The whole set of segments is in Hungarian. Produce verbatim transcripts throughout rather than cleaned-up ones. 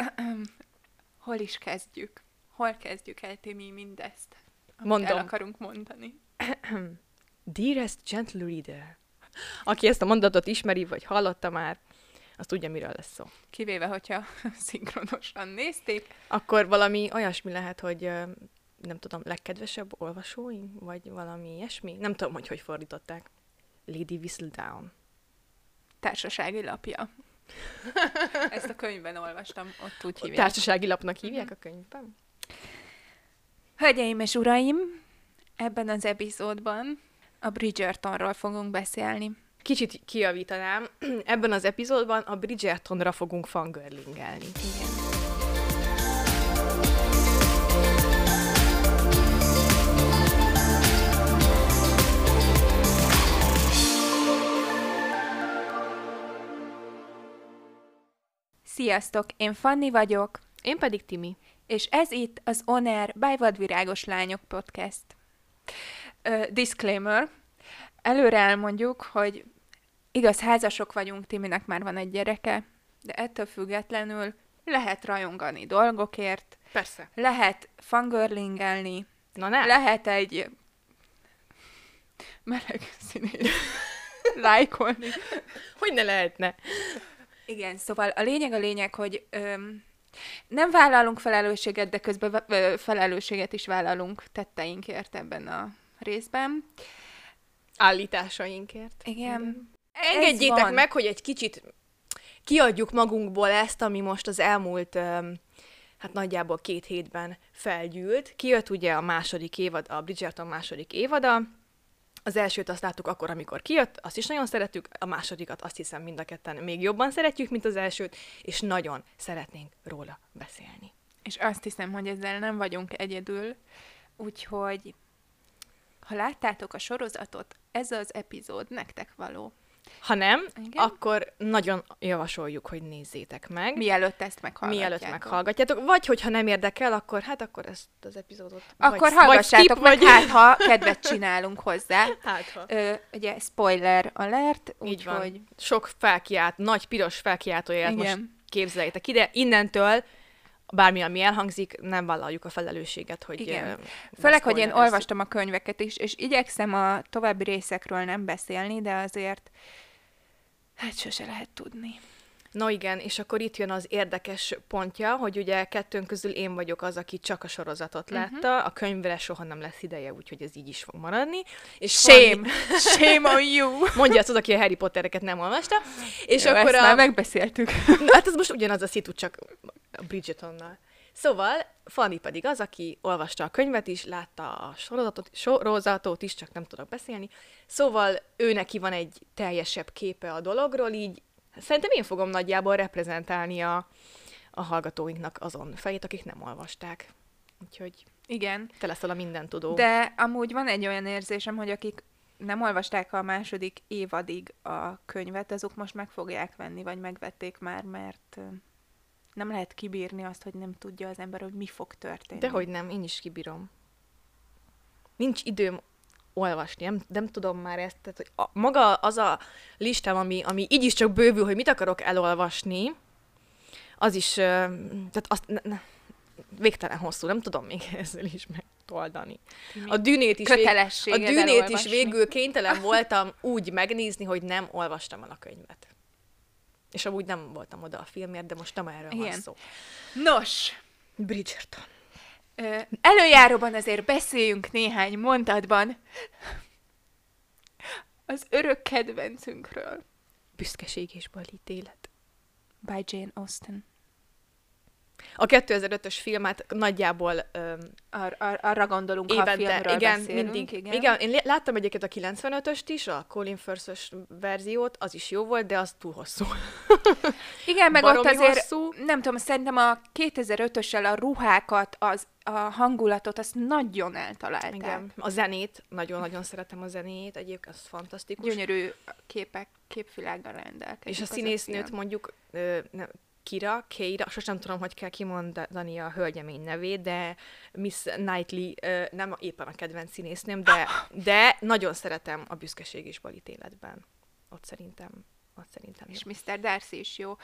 Hol is kezdjük? Hol kezdjük el, Timi, mindezt, amit Mondom. el akarunk mondani? Dearest gentle reader. Aki ezt a mondatot ismeri, vagy hallotta már, az tudja, miről lesz szó. Kivéve, hogyha szinkronosan nézték. Akkor valami olyasmi lehet, hogy ö, nem tudom, legkedvesebb olvasóink, vagy valami ilyesmi. Nem tudom, hogy hogy fordították. Lady Whistledown. Társasági lapja. Ezt a könyvben olvastam, ott úgy hívják. Társasági lapnak hívják a könyvben? Hölgyeim és uraim, ebben az epizódban a Bridgertonról fogunk beszélni. Kicsit kijavítanám, ebben az epizódban a Bridgertonra fogunk fangirlingelni. Igen. Sziasztok, én Fanni vagyok, Én pedig Timi. és ez itt az On Air by Vadvirágos Lányok podcast. Uh, disclaimer. Előre elmondjuk, hogy igaz, házasok vagyunk, Timinek már van egy gyereke, de ettől függetlenül lehet rajongani dolgokért, Persze. lehet fangirlingelni, Na ne? lehet egy meleg színét lájkolni. Hogy ne lehetne? Igen, szóval a lényeg a lényeg, hogy öm, nem vállalunk felelősséget, de közben ö, felelősséget is vállalunk tetteinkért ebben a részben. Állításainkért. Igen. Engedjétek van. meg, hogy egy kicsit kiadjuk magunkból ezt, ami most az elmúlt, öm, hát nagyjából két hétben felgyűlt. Kijött ugye a második évad, a Bridgerton második évada. Az elsőt azt láttuk akkor, amikor kijött, azt is nagyon szerettük, a másodikat azt hiszem mind a ketten még jobban szeretjük, mint az elsőt, és nagyon szeretnénk róla beszélni. És azt hiszem, hogy ezzel nem vagyunk egyedül, úgyhogy ha láttátok a sorozatot, ez az epizód nektek való. Ha nem, Igen? akkor nagyon javasoljuk, hogy nézzétek meg. Mielőtt ezt meghallgatjátok. Mielőtt meghallgatjátok. Vagy, hogyha nem érdekel, akkor hát akkor ezt az epizódot Akkor vagy, hallgassátok vagy meg, skip, hát ha kedvet csinálunk hozzá. Hát, ha. Ö, ugye spoiler alert, Így van. úgyhogy Sok felkiált, nagy piros felkiáltóját most igen. képzeljétek ide. Innentől, bármi, ami elhangzik, nem vállaljuk a felelősséget, hogy... Igen. ö, Főleg, hogy én spoilerezzük. olvastam a könyveket is, és igyekszem a további részekről nem beszélni, de azért hát sose lehet tudni. No igen, és akkor itt jön az érdekes pontja, hogy ugye kettőnk közül én vagyok az, aki csak a sorozatot Mhm. látta, a könyvre soha nem lesz ideje, úgyhogy ez így is fog maradni. És Shame! Shame on you! Mondja azt, aki a Harry Pottereket nem olvasta. És Jó, akkor ezt a... már megbeszéltük. Na, hát ez most ugyanaz a szitu, csak a Bridgertonnal. Szóval Fanny pedig az, aki olvasta a könyvet is, látta a sorozatot, sorozatot is, csak nem tudok beszélni. Szóval ő neki van egy teljesebb képe a dologról, így szerintem én fogom nagyjából reprezentálni a, a hallgatóinknak azon fejét, akik nem olvasták. Úgyhogy Igen. te leszel a mindentudó. De amúgy van egy olyan érzésem, hogy akik nem olvasták a második évadig a könyvet, azok most meg fogják venni, vagy megvették már, mert ö, nem lehet kibírni azt, hogy nem tudja az ember, hogy mi fog történni. Dehogy nem, én is kibírom. Nincs időm olvasni, nem, nem tudom már ezt, tehát, hogy a, maga az a listám, ami, ami így is csak bővül, hogy mit akarok elolvasni, az is, ö, tehát azt ne, ne, végtelen hosszú, nem tudom még ezzel is megtoldani. A dűnét is, vég, a Kötelességed dűnét is elolvasni. végül kénytelen voltam úgy megnézni, hogy nem olvastam el a könyvet. És amúgy nem voltam oda a filmért, de most nem erről van Igen. szó. Nos, Bridgerton. ö, előjáróban azért beszéljünk néhány mondatban az örök kedvencünkről. Büszkeség és balítélet. By Jane Austen. A kétezer-ötös filmet nagyjából öm, Ar- ar- arra gondolunk, ha a évente, filmről igen, beszélünk. mindig. Igen. Igen, én lé- láttam egyébként a kilencvenötöst is, a Colin Firth-ös verziót, az is jó volt, de az túl hosszú. Igen, meg ott Baromi azért, hosszú. nem tudom, szerintem a kétezer-ötössel a ruhákat, az, a hangulatot, azt nagyon eltalálták. Igen. A zenét, nagyon-nagyon szeretem a zenét, egyébként az fantasztikus. Gyönyörű képek, képvilággal rendelkezik. És a az színésznőt film. mondjuk ö, nem, Kira, Keira, sosem tudom, hogy kell kimondani a hölgyemény nevét, de Miss Knightley ö, nem éppen a kedvenc színésznőm, de, de nagyon szeretem a Büszkeség és balítéletben. Ott szerintem, ott szerintem És jó. miszter Darcy is jó.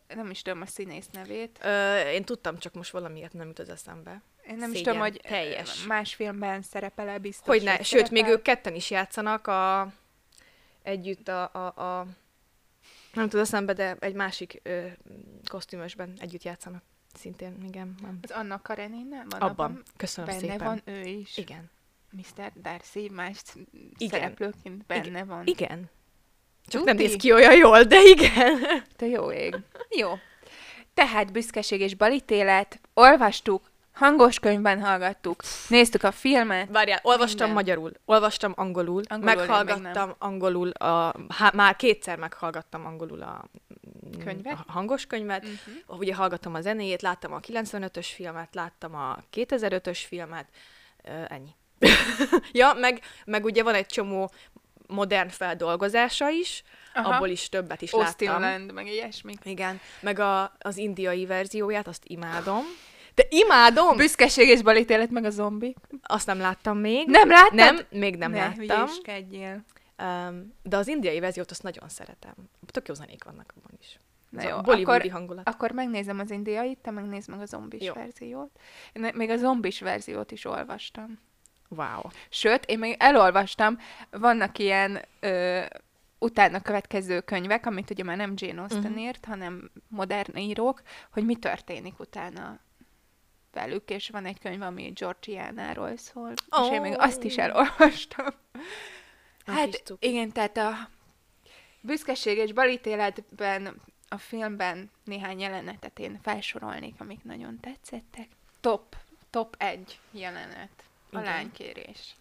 nem is tudom a színész nevét. Ö, én tudtam, csak most valamiért nem jut az eszembe. Én nem is Szégyen, tudom, hogy teljes. más filmben szerepel-e biztos. Hogyne, hogy sőt, szerepel. még ők ketten is játszanak a, együtt a, a, a nem tudom eszembe, de egy másik ö, kosztümösben együtt játszanak. Szintén, igen. Nem. Az Anna Karenina van Abban. Köszönöm benne szépen. van ő is. Igen. miszter Darcy más Igen. szereplőként benne igen. van. Igen. Csak Tuti? nem néz ki olyan jól, de igen. Te jó ég. Jó. Tehát Büszkeség és balítélet, olvastuk, hangos könyvben hallgattuk, néztük a filmet. Várjál, olvastam Minden. magyarul, olvastam angolul, Angolul én még meghallgattam nem. angolul, a, há, már kétszer meghallgattam angolul a, Könyvet? a hangos könyvet, Uh-huh. ugye hallgattam a zenéjét, láttam a kilencvenötös filmet, láttam a kétezer-ötös filmet, ö, ennyi. ja, meg, meg ugye van egy csomó modern feldolgozása is, Aha. abból is többet is Austin láttam. Land, meg ilyesmik. Igen, meg a, az indiai verzióját, azt imádom. De imádom! Büszkeség és balítélet, meg a zombik. Azt nem láttam még. Nem láttad? Nem, még nem ne, láttam. hülyéskedjél. Um, de az indiai verziót azt nagyon szeretem. Tök jó zenék vannak abban is. Na Ez jó, a bollywoodi akkor- hangulat. Akkor megnézem az indiait, te megnézd meg a zombis Jó. verziót. Én még a zombis verziót is olvastam. Wow. Sőt, én még elolvastam, vannak ilyen ö, utána következő könyvek, amit ugye már nem Jane Austen Mhm. írt, hanem modern írók, hogy mi történik utána velük, és van egy könyv, ami Georgiánáról szól, oh. és én még azt is elolvastam. A Hát kis cuki. igen, tehát a Büszkeség és balítéletben, a filmben néhány jelenetet én felsorolnék, amik nagyon tetszettek. Top, top egy jelenet. A Igen. lánykérés.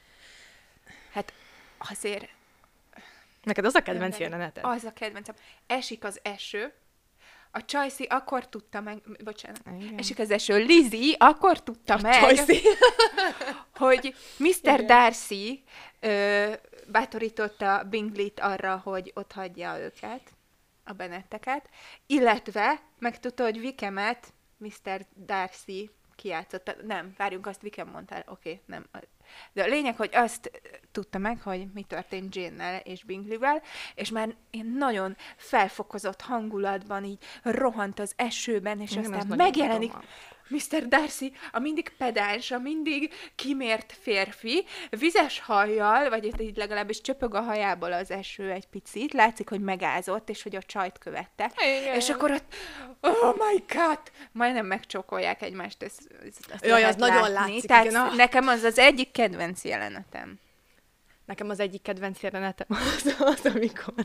Hát azért Neked az a kedvenc Nem, jeleneted? az a kedvencem. Esik az eső, a Csajci akkor tudta meg, bocsánat, Igen. esik az eső, Lizzie akkor tudta meg, Csajci. hogy miszter Igen. Darcy ö, bátorította Bingleyt arra, hogy ott hagyja őket, a Bennetteket, illetve megtudta, hogy Wickham-et miszter Darcy kijátszotta. Nem, várjunk, azt Wickham mondta, oké, okay, nem. De a lényeg, hogy azt tudta meg, hogy mi történt Jane-nel és Bingleyvel, és már ilyen nagyon felfokozott hangulatban így rohant az esőben, és Igen, az aztán nagyon megjelenik roman. miszter Darcy, a mindig pedáns, a mindig kimért férfi, vizes hajjal, vagy itt így legalábbis csöpög a hajából az eső egy picit, látszik, hogy megázott, és hogy a csajt követte. Igen. És akkor ott, oh my god, majdnem megcsókolják egymást, ezt, ezt Jaj, lehet az nagyon látni. látszik, Tehát igen, ah. nekem az az egyik kedvenc jelenetem. Nekem az egyik kedvenc jelenetem az, az amikor,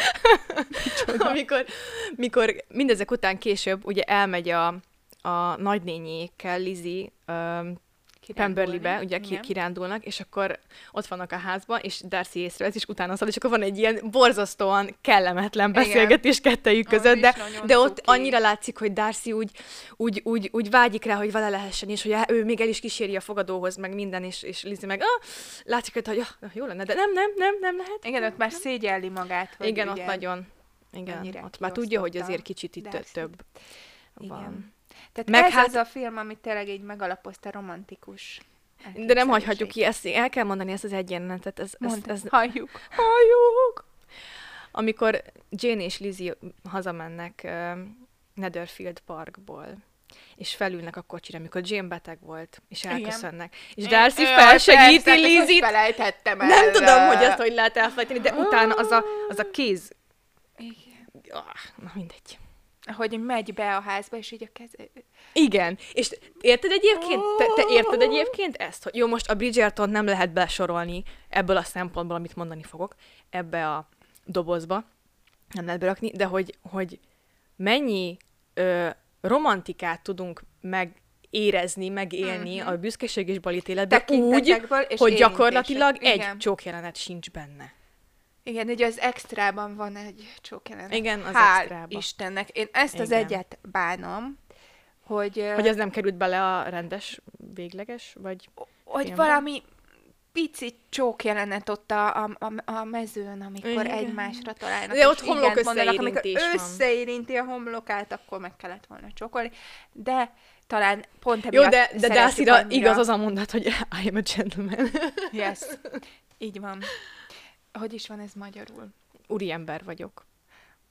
amikor, mikor mindezek után később ugye elmegy a, a nagynényékkel, Lizzie, um, Pemberley-be, ugye ki, Igen. kirándulnak, és akkor ott vannak a házban, és Darcy észrevesz, és utána szalad, és akkor van egy ilyen borzasztóan kellemetlen Igen. beszélgetés kettejük Az között, is de, nagyon de ott cuki. annyira látszik, hogy Darcy úgy, úgy, úgy, úgy vágyik rá, hogy vele lehessen, és hogy ő még el is kíséri a fogadóhoz, meg minden, és, és Lizzie meg, ah, látszik, hogy ah, jó lenne, de nem, nem, nem, nem lehet. Igen, ott már szégyelli magát. Hogy Igen, ugye, ott nagyon. Igen, mennyire ott már tudja, hogy kiosztotta azért kicsit itt Darcy-t. több Igen. van. Tehát Meg ez hát- az a film, amit tényleg így megalapozta romantikus. De nem hagyhatjuk ki, ezt, el kell mondani ezt az egy jelenetet. Ez, ez, Mondd, ez, halljuk. halljuk! Amikor Jane és Lizzie hazamennek uh, Netherfield Parkból, és felülnek a kocsira, amikor Jane beteg volt, és Igen. elköszönnek. És Darcy Jaj, felsegíti persze, ezt hogy Lizzie-t. felejtettem el. Nem tudom, hogy ezt hogy lehet elfelejteni, de utána az a, az a kéz... Igen. Ah, na mindegy. Hogy megy be a házba, és így a keze... Igen, és érted egyébként, te, te érted egyébként ezt, hogy jó, most a Bridgerton nem lehet besorolni ebből a szempontból, amit mondani fogok, ebbe a dobozba, nem lehet berakni, de hogy, hogy mennyi ö, romantikát tudunk megérezni, megélni Mhm. a Büszkeség és balítéletben úgy, Tekintetekből és hogy érintések. gyakorlatilag egy Igen. csókjelenet sincs benne. Igen, ugye az extrában van egy csókjelenet. Igen, az Hál' extrában. Istennek. Én ezt az Igen. egyet bánom, hogy, Hogy ez nem került bele a rendes, végleges, vagy... hogy filmben? valami pici csókjelenet ott a, a, a, a mezőn, amikor Igen. egymásra találnak. De ott és homlok igent mondanak, amikor összeérintés van. összeérinti a homlokát, akkor meg kellett volna csókolni. De talán pont Jó, emiatt de, de szeretjük Darcyra annyira. igaz az a mondat, hogy I am a gentleman. Yes, így van. Hogy is van ez magyarul? Úriember vagyok.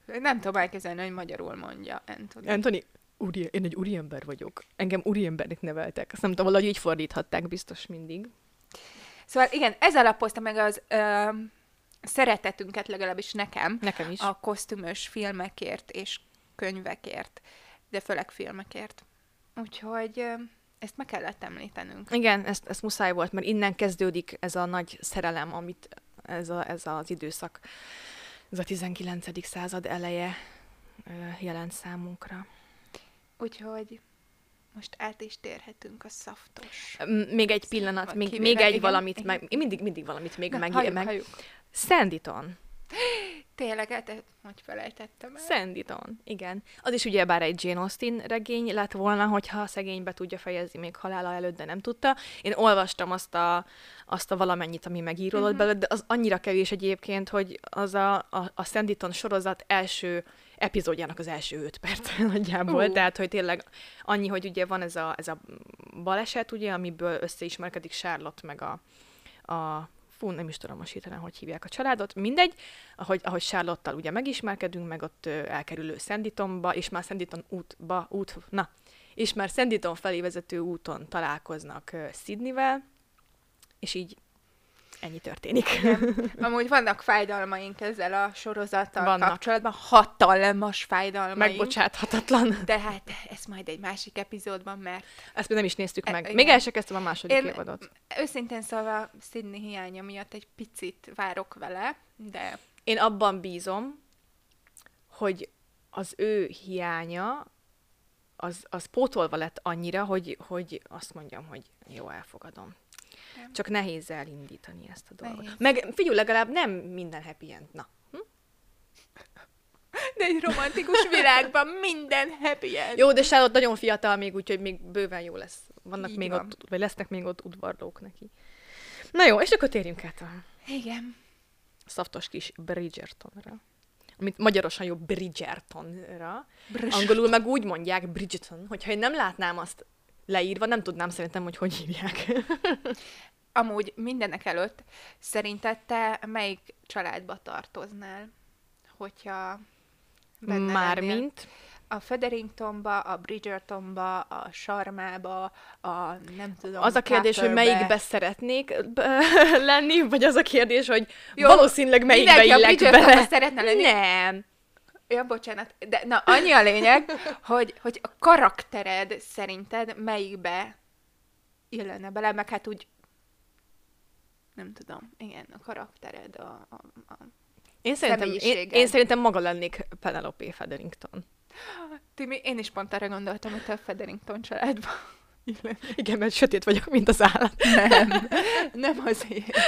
Nem tudom elkezdeni, hogy magyarul mondja Anthony. Anthony, úri, én egy úriember vagyok. Engem úriembernek neveltek. Azt nem tudom, valahogy így fordíthatták biztos mindig. Szóval igen, ez alapozta meg az ö, szeretetünket, legalábbis nekem. Nekem is. A kosztümös filmekért és könyvekért, de főleg filmekért. Úgyhogy ö, ezt meg kellett említenünk. Igen, ezt, ezt muszáj volt, mert innen kezdődik ez a nagy szerelem, amit ez, a, ez az időszak, ez a tizenkilencedik század eleje ö, jelent számunkra. Úgyhogy most át is térhetünk a szaftos. M- Még egy pillanat, Vagy még, kivéve, még egy igen, valamit, igen. meg, én mindig, mindig valamit még Na, meg... halljuk, meg. halljuk. Sanditon. Tényleg, hát hogy felejtettem el. Sanditon, igen. Az is ugyebár egy Jane Austen regény lett volna, hogyha szegénybe tudja fejezni még halála előtt, de nem tudta. Én olvastam azt a, azt a valamennyit, ami megíródott Mhm. belőle, de az annyira kevés egyébként, hogy az a, a, a Sanditon sorozat első epizódjának az első öt perc nagyjából. Ú. Tehát, hogy tényleg annyi, hogy ugye van ez a, ez a baleset, ugye, amiből összeismerkedik Charlotte meg a, a fú, nem is tudom most hirtelen, hogy hívják a családot, mindegy, ahogy, ahogy Charlotte-tal ugye megismerkedünk, meg ott ö, elkerülő Sanditonba, és már Sanditon útba, út, na, és már Sanditon felé vezető úton találkoznak ö, Sydneyvel, és így ennyi történik. Igen. Amúgy vannak fájdalmaink ezzel a sorozattal Vannak. kapcsolatban, hatalmas fájdalmaink. Megbocsáthatatlan. De hát ez majd egy másik epizódban, mert Ezt még nem is néztük E- meg. igen. Még el se kezdtem a második Én- évadot. őszintén szólva Sydney hiánya miatt egy picit várok vele, de Én abban bízom, hogy az ő hiánya az, az pótolva lett annyira, hogy, hogy azt mondjam, hogy jó, elfogadom. Nem. Csak nehéz elindítani ezt a dolgot. Nehéz. Meg figyelj, legalább nem minden happy end. Na. de egy romantikus világban minden happy end. Jó, de Charlotte nagyon fiatal még, úgyhogy még bőven jó lesz. Vannak Így még van. ott, vagy lesznek még ott udvarlók neki. Na jó, és akkor térjünk át a Igen. szaftos kis Bridgertonra. Amit magyarosan jó Bridgertonra. Brüss. Angolul meg úgy mondják Bridgerton, hogyha én nem látnám azt leírva, nem tudnám szerintem, hogy hogy írják. Amúgy mindenek előtt szerinted te melyik családba tartoznál, hogyha benne lennél? Mármint. A Featheringtonba, a Bridgertonba, a Sarmába, a nem tudom, Az a kérdés, hogy Copperbe. melyikbe szeretnék b- lenni, vagy az a kérdés, hogy Jó, valószínűleg melyikbe mindenki a illek Bridgertonba bele. szeretne lenni. Nem. Ja, bocsánat, de na, annyi a lényeg, hogy, hogy a karaktered szerinted melyikbe illene bele, meg hát úgy nem tudom, igen, a karaktered, a, a, a... Én szerintem, én, Személyiséged. én szerintem maga lennék Penelope Featherington. Timi, én is pont arra gondoltam, hogy te a Featherington családba illene. Igen, mert sötét vagyok, mint az állat. Nem, nem azért.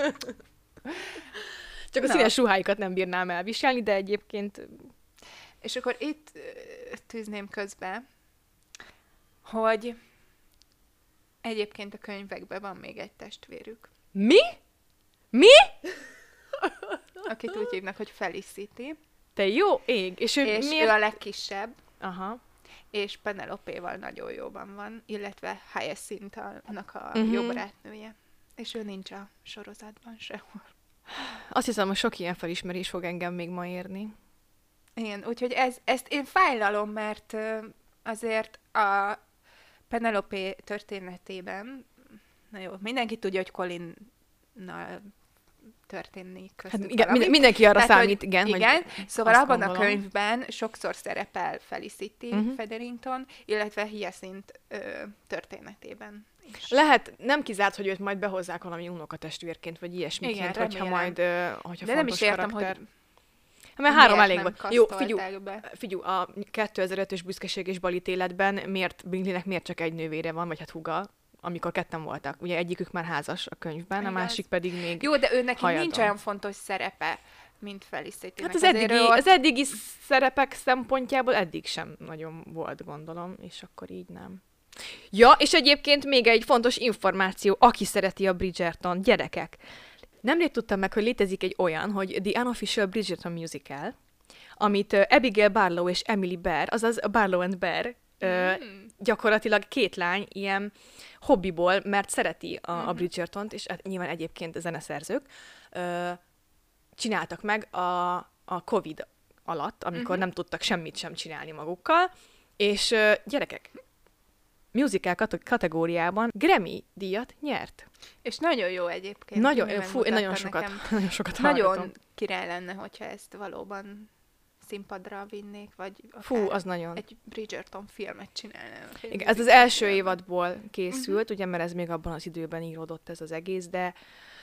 Csak a Na. színes ruháikat nem bírnám elviselni, de egyébként És akkor itt ö, tűzném közbe, hogy egyébként a könyvekben van még egy testvérük, mi? Mi? akit úgy hívnak, hogy Felicity, Te jó ég. És ő és miért? ő a legkisebb, Aha. és Penelope-val nagyon jóban van, illetve Hyacinth-nak a Mhm. jó barátnője. És ő nincs a sorozatban sehol. Azt hiszem, hogy sok ilyen felismerés fog engem még ma érni. Igen, úgyhogy ez, ezt én fájlalom, mert ö, azért a Penelope történetében, na jó, mindenki tudja, hogy Colinnal történik Hát köztük igen, valami. minden, mindenki arra Tehát, számít, hogy, igen. igen, Hogy szóval azt abban a gondolom. könyvben sokszor szerepel Felicity Mhm. uh-huh. Featherington, illetve Hyacinth ö, történetében is. Lehet, nem kizárt, hogy őt majd behozzák valami unokatestvérként, vagy ilyesmiként, Igen, hogyha remélem. majd, ö, hogyha De nem fontos is értem, karakter. hogy Hát mert három miért elég nem van. Jó, kasztolták figyelj, be. figyelj, a kétezer-ötös Büszkeség és Balit életben miért Bingleynek miért csak egy nővére van, vagy hát húga, amikor ketten voltak. Ugye egyikük már házas a könyvben, Igaz. a másik pedig még... Jó, de ő neki hajadon. nincs olyan fontos szerepe, mint Felicity. Hát az eddigi, az eddigi szerepek szempontjából eddig sem nagyon volt, gondolom, és akkor így nem. Ja, és egyébként még egy fontos információ, aki szereti a Bridgerton, gyerekek. Nemrég tudtam meg, hogy létezik egy olyan, hogy The Unofficial Bridgerton Musical, amit uh, Abigail Barlow és Emily Bear, azaz Barlow and Bear, uh, Mm. gyakorlatilag két lány ilyen hobbiból, mert szereti a, a Mhm. Bridgertont, és hát nyilván egyébként a zeneszerzők, uh, csináltak meg a, a Covid alatt, amikor Uh-huh. nem tudtak semmit sem csinálni magukkal, és uh, gyerekek, musical kat- kategóriában Grammy díjat nyert. És nagyon jó egyébként. Nagyon, Timi fú, én nagyon megmutatta sokat, nekem. nagyon sokat hallgatom. Nagyon király lenne, hogyha ezt valóban színpadra vinnék, vagy Fú, akár az nagyon. egy Bridgerton filmet csinálnának. Igen, ez az első évadból készült, uh-huh. ugye, mert ez még abban az időben íródott ez az egész, de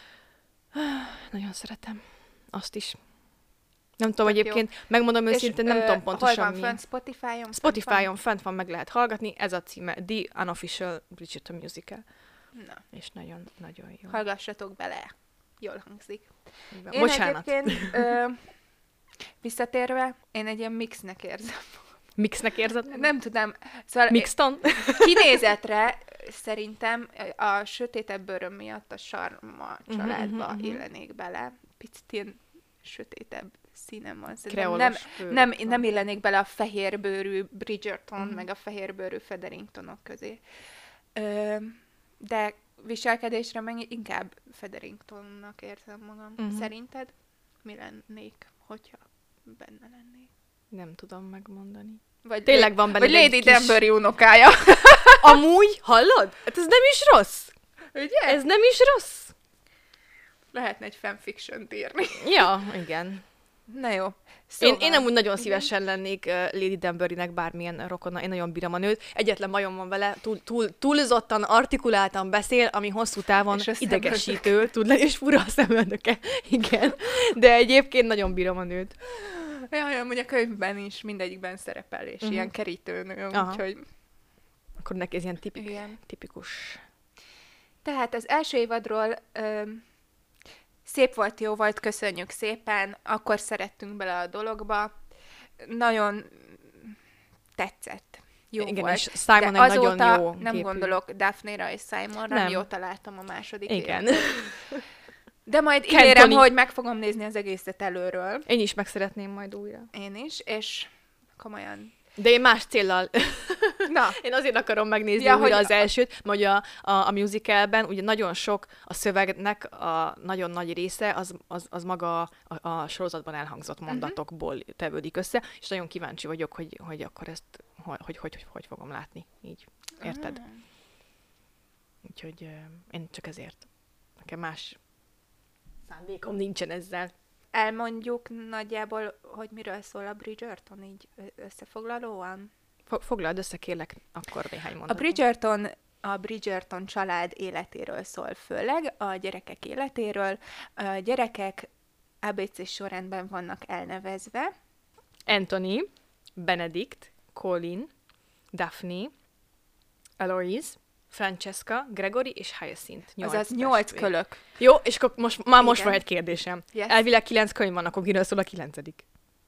nagyon szeretem azt is. Nem tudom, Tök egyébként, jó. Megmondom őszintén, nem ö, tudom pontosan hol van mi. fönn? Spotify-on? Spotify-on fent van, meg lehet hallgatni, ez a címe, The Unofficial Bridgerton Musical. Na, És nagyon-nagyon jó. hallgassatok bele. Jól hangzik. Igen. Én Bocsánat. egyébként ö, visszatérve, én egy ilyen mixnek érzem. Mixnek érzed? Nem tudom. Szóval Mixton? kinézetre szerintem a sötétebb bőröm miatt a Sarma családba uh-huh, uh-huh. illenék bele. Picit ilyen sötétebb színem van. Kreolos Nem, bőr nem, van. nem illenék bele a fehérbőrű Bridgerton, Uh-huh. meg a fehérbőrű Featheringtonok közé. Ö, de viselkedésre meg inkább Featheringtonnak érzem magam. Uh-huh. Szerinted mi lennék, hogyha benne lennék? Nem tudom megmondani. Vagy Tényleg van benne vagy egy Lady kis- Danbury unokája. Amúgy, hallod? Hát ez nem is rossz. Ugye? Ez nem is rossz. Lehetne egy fanfiction-t írni. Ja, igen. Na jó. Én, Szóval, én amúgy nagyon igen. szívesen lennék uh, Lady Danburynek bármilyen rokona. Én nagyon bírom a nőt. Egyetlen bajom van vele, túl, túl, túlzottan, artikuláltan beszél, ami hosszú távon És a idegesítő tud lenni, és fura a szemöldöke. Igen. De egyébként nagyon bírom a nőt. Ja, amúgy a könyvben is mindegyikben szerepel, és Mhm. ilyen kerítőnő, Aha. úgyhogy Akkor neki ez ilyen tipik, igen. tipikus. Tehát az első évadról ö, szép volt, jó volt, köszönjük szépen, akkor szerettünk bele a dologba. Nagyon tetszett. Jó Igen, volt. és Simon De egy azóta nagyon jó nem képű. gondolok Daphne-ra és Simonra, Nem. mióta láttam a második Igen. évadot. De majd Ken ígérem, Tony. hogy meg fogom nézni az egészet előről. Én is meg szeretném majd újra. Én is, és komolyan. De én más céllal. Na, Én azért akarom megnézni Ja, ja, újra hogy az elsőt, hogy a, a, a musicalben ugye nagyon sok a szövegnek a nagyon nagy része az, az, az maga a, a sorozatban elhangzott mondatokból uh-huh. tevődik össze, és nagyon kíváncsi vagyok, hogy, hogy akkor ezt hogy, hogy, hogy, hogy, hogy fogom látni. Így. Érted? Ah. Úgyhogy uh, én csak ezért. Nekem más szándékom nincsen ezzel. Elmondjuk nagyjából, hogy miről szól a Bridgerton, így ö- összefoglalóan. Fo- Foglald össze, kérlek, akkor néhány A mondatot. Bridgerton, a Bridgerton család életéről szól főleg, a gyerekek életéről. A gyerekek á bé cés sorrendben vannak elnevezve. Anthony, Benedict, Colin, Daphne, Eloise, Francesca, Gregory és Hyacinth. Nyolc Azaz nyolc testvér. kölök. Jó, és akkor most, már most Igen. van egy kérdésem. Yes. Elvileg kilenc könyv van, akkor kiről szól a kilencedik?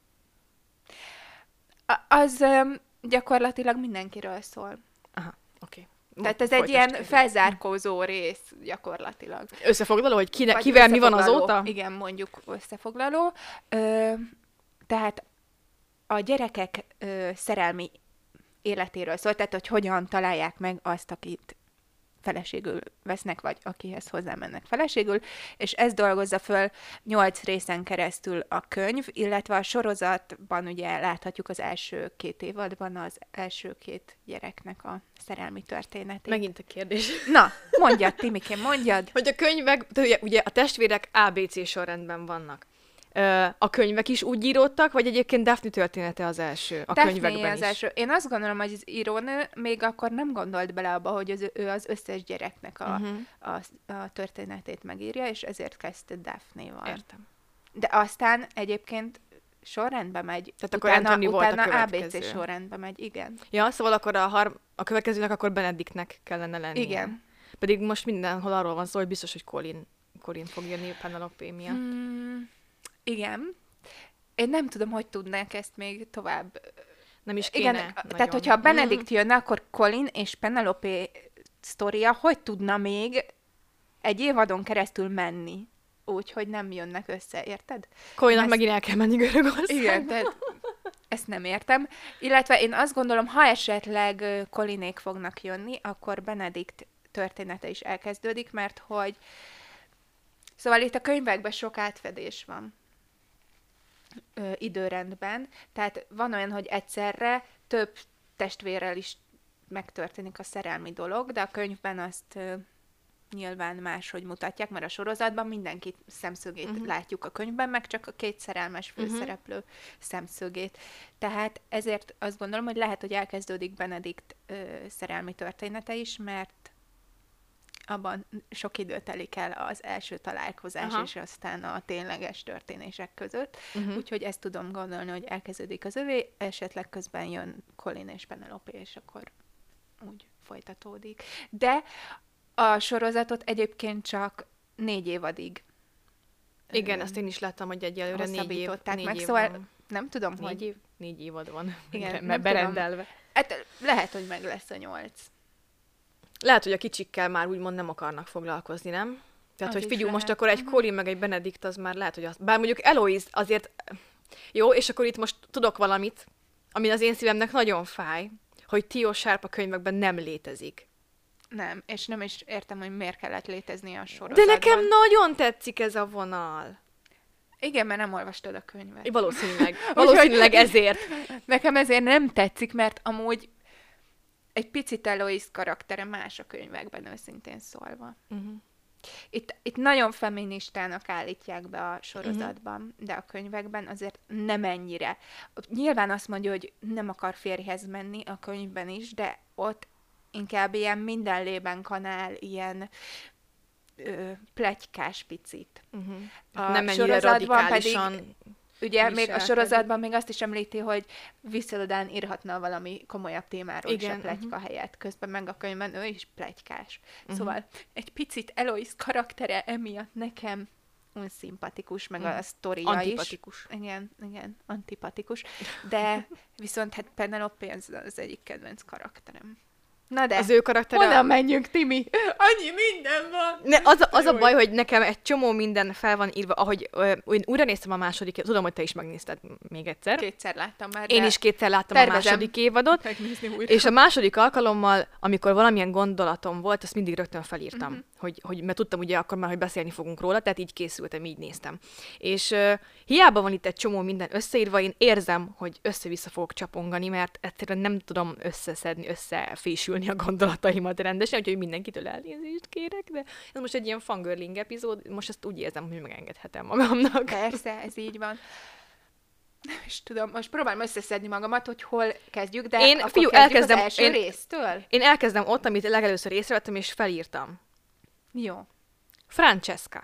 A- az öm, gyakorlatilag mindenkiről szól. Aha, oké. Tehát ez egy ilyen felzárkózó rész gyakorlatilag. Összefoglaló, hogy kine, Vagy kivel mi van összefoglaló. azóta? Igen, mondjuk összefoglaló. Ö, tehát a gyerekek ö, szerelmi életéről szól, tehát hogy hogyan találják meg azt, akit feleségül vesznek, vagy akihez hozzámennek feleségül, és ez dolgozza föl nyolc részen keresztül a könyv, illetve a sorozatban ugye láthatjuk az első két évadban az első két gyereknek a szerelmi történetét. Megint a kérdés. Na, mondjad, Timikém, mondjad. Hogy a könyvek, de ugye, ugye a testvérek á bé cé sorrendben vannak. Ö, a könyvek is úgy íródtak, vagy egyébként Daphne története az első a Daphne könyvekben az is? első. Én azt gondolom, hogy az írónő még akkor nem gondolt bele abba, hogy az, ő az összes gyereknek a, Uh-huh. a, a történetét megírja, és ezért kezdte Daphne-val. Értem. De aztán egyébként sorrendbe megy. Tehát akkor utána, Anthony volt a utána á bé cé következő. sorrendbe megy, igen. Ja, szóval akkor a, har- a következőnek akkor Benedictnek kellene lennie. Igen. Pedig most mindenhol arról van szó, hogy biztos, hogy Colin, Colin fog jönni Penelope miatt. Hmm. Hmm, igen. Én nem tudom, hogy tudnák ezt még tovább. Nem is kéne. Igen, nagyon. tehát hogyha a Benedict jönne, akkor Colin és Penelope sztoria hogy tudna még egy évadon keresztül menni? Úgy, hogy nem jönnek össze, érted? Colinnak ezt- megint el kell menni Görögországba. Igen, tehát ezt nem értem. Illetve én azt gondolom, ha esetleg ö, Colinék fognak jönni, akkor Benedict története is elkezdődik, mert hogy... Szóval itt a könyvekben sok átfedés van. ö, időrendben. Tehát van olyan, hogy egyszerre több testvérrel is megtörténik a szerelmi dolog, de a könyvben azt ö, nyilván máshogy mutatják, mert a sorozatban mindenki szemszögét uh-huh. látjuk a könyvben, meg csak a két szerelmes főszereplő uh-huh. szemszögét. Tehát ezért azt gondolom, hogy lehet, hogy elkezdődik Benedikt ö, szerelmi története is, mert abban sok idő telik el az első találkozás, Aha. és aztán a tényleges történések között. Uh-huh. Úgyhogy ezt tudom gondolni, hogy elkezdődik az övé, esetleg közben jön Colin és Penelope, és akkor úgy folytatódik. De a sorozatot egyébként csak négy évadig. Igen, ö, ezt én is láttam, hogy egyelőre négy év, négy meg, év szóval van. Nem tudom, négy hogy... Év, négy évad van, igen, mert berendelve. Hát lehet, hogy meg lesz a nyolc. Lehet, hogy a kicsikkel már úgymond nem akarnak foglalkozni, nem? Tehát, az hogy figyelj, most akkor egy uh-huh. Colin meg egy Benedikt, az már lehet, hogy az... Bár mondjuk Eloise azért... Jó, és akkor itt most tudok valamit, ami az én szívemnek nagyon fáj, hogy Theo Sharp a könyvekben nem létezik. Nem, és nem is értem, hogy miért kellett létezni a sorozatban. De nekem nagyon tetszik ez a vonal. Igen, mert nem olvastad a könyvet. Valószínűleg. Valószínűleg ezért. Nekem ezért nem tetszik, mert amúgy egy picit Eloise karaktere más a könyvekben, őszintén szólva. Uh-huh. Itt, itt nagyon feministának állítják be a sorozatban, uh-huh. de a könyvekben azért nem ennyire. Nyilván azt mondja, hogy nem akar férjhez menni a könyvben is, de ott inkább ilyen minden lében kanál, ilyen ö, pletykás picit. Uh-huh. A nem ennyire radikálisan pedig, ugye még a sorozatban még azt is említi, hogy Whistledown írhatna valami komolyabb témáról is a pletyka uh-huh. helyett. Közben meg a könyvben ő is pletykás. Uh-huh. Szóval egy picit Eloise karaktere emiatt nekem unszimpatikus, meg uh-huh. a sztoria antipatikus. is. Igen, igen, antipatikus. De viszont hát Penelope az, az egyik kedvenc karakterem. Na de, az ő karaktere... honnan menjünk, Timi? Annyi minden van! Ne, az, a, az a baj, hogy nekem egy csomó minden fel van írva, ahogy ö, én újra néztem a második, tudom, hogy te is megnézted még egyszer. Kétszer láttam már, Én is kétszer láttam tervezem. a második évadot. És a második alkalommal, amikor valamilyen gondolatom volt, azt mindig rögtön felírtam. Uh-huh. Hogy, hogy, mert tudtam ugye akkor már, hogy beszélni fogunk róla, tehát így készültem, így néztem. És uh, hiába van itt egy csomó minden összeírva, én érzem, hogy össze-vissza fogok csapongani, mert egyszerűen nem tudom összeszedni, összefésülni a gondolataimat rendesen, úgyhogy mindenkitől elnézést kérek, de ez most egy ilyen fangirling epizód, most ezt úgy érzem, hogy megengedhetem magamnak. Persze, ez így van. És tudom, most próbálom összeszedni magamat, hogy hol kezdjük, de én, akkor fiú, kezdjük elkezdem, az első én, résztől? Én elkezdem ott, amit legelőször észrevettem, és felírtam. Jó. Francesca.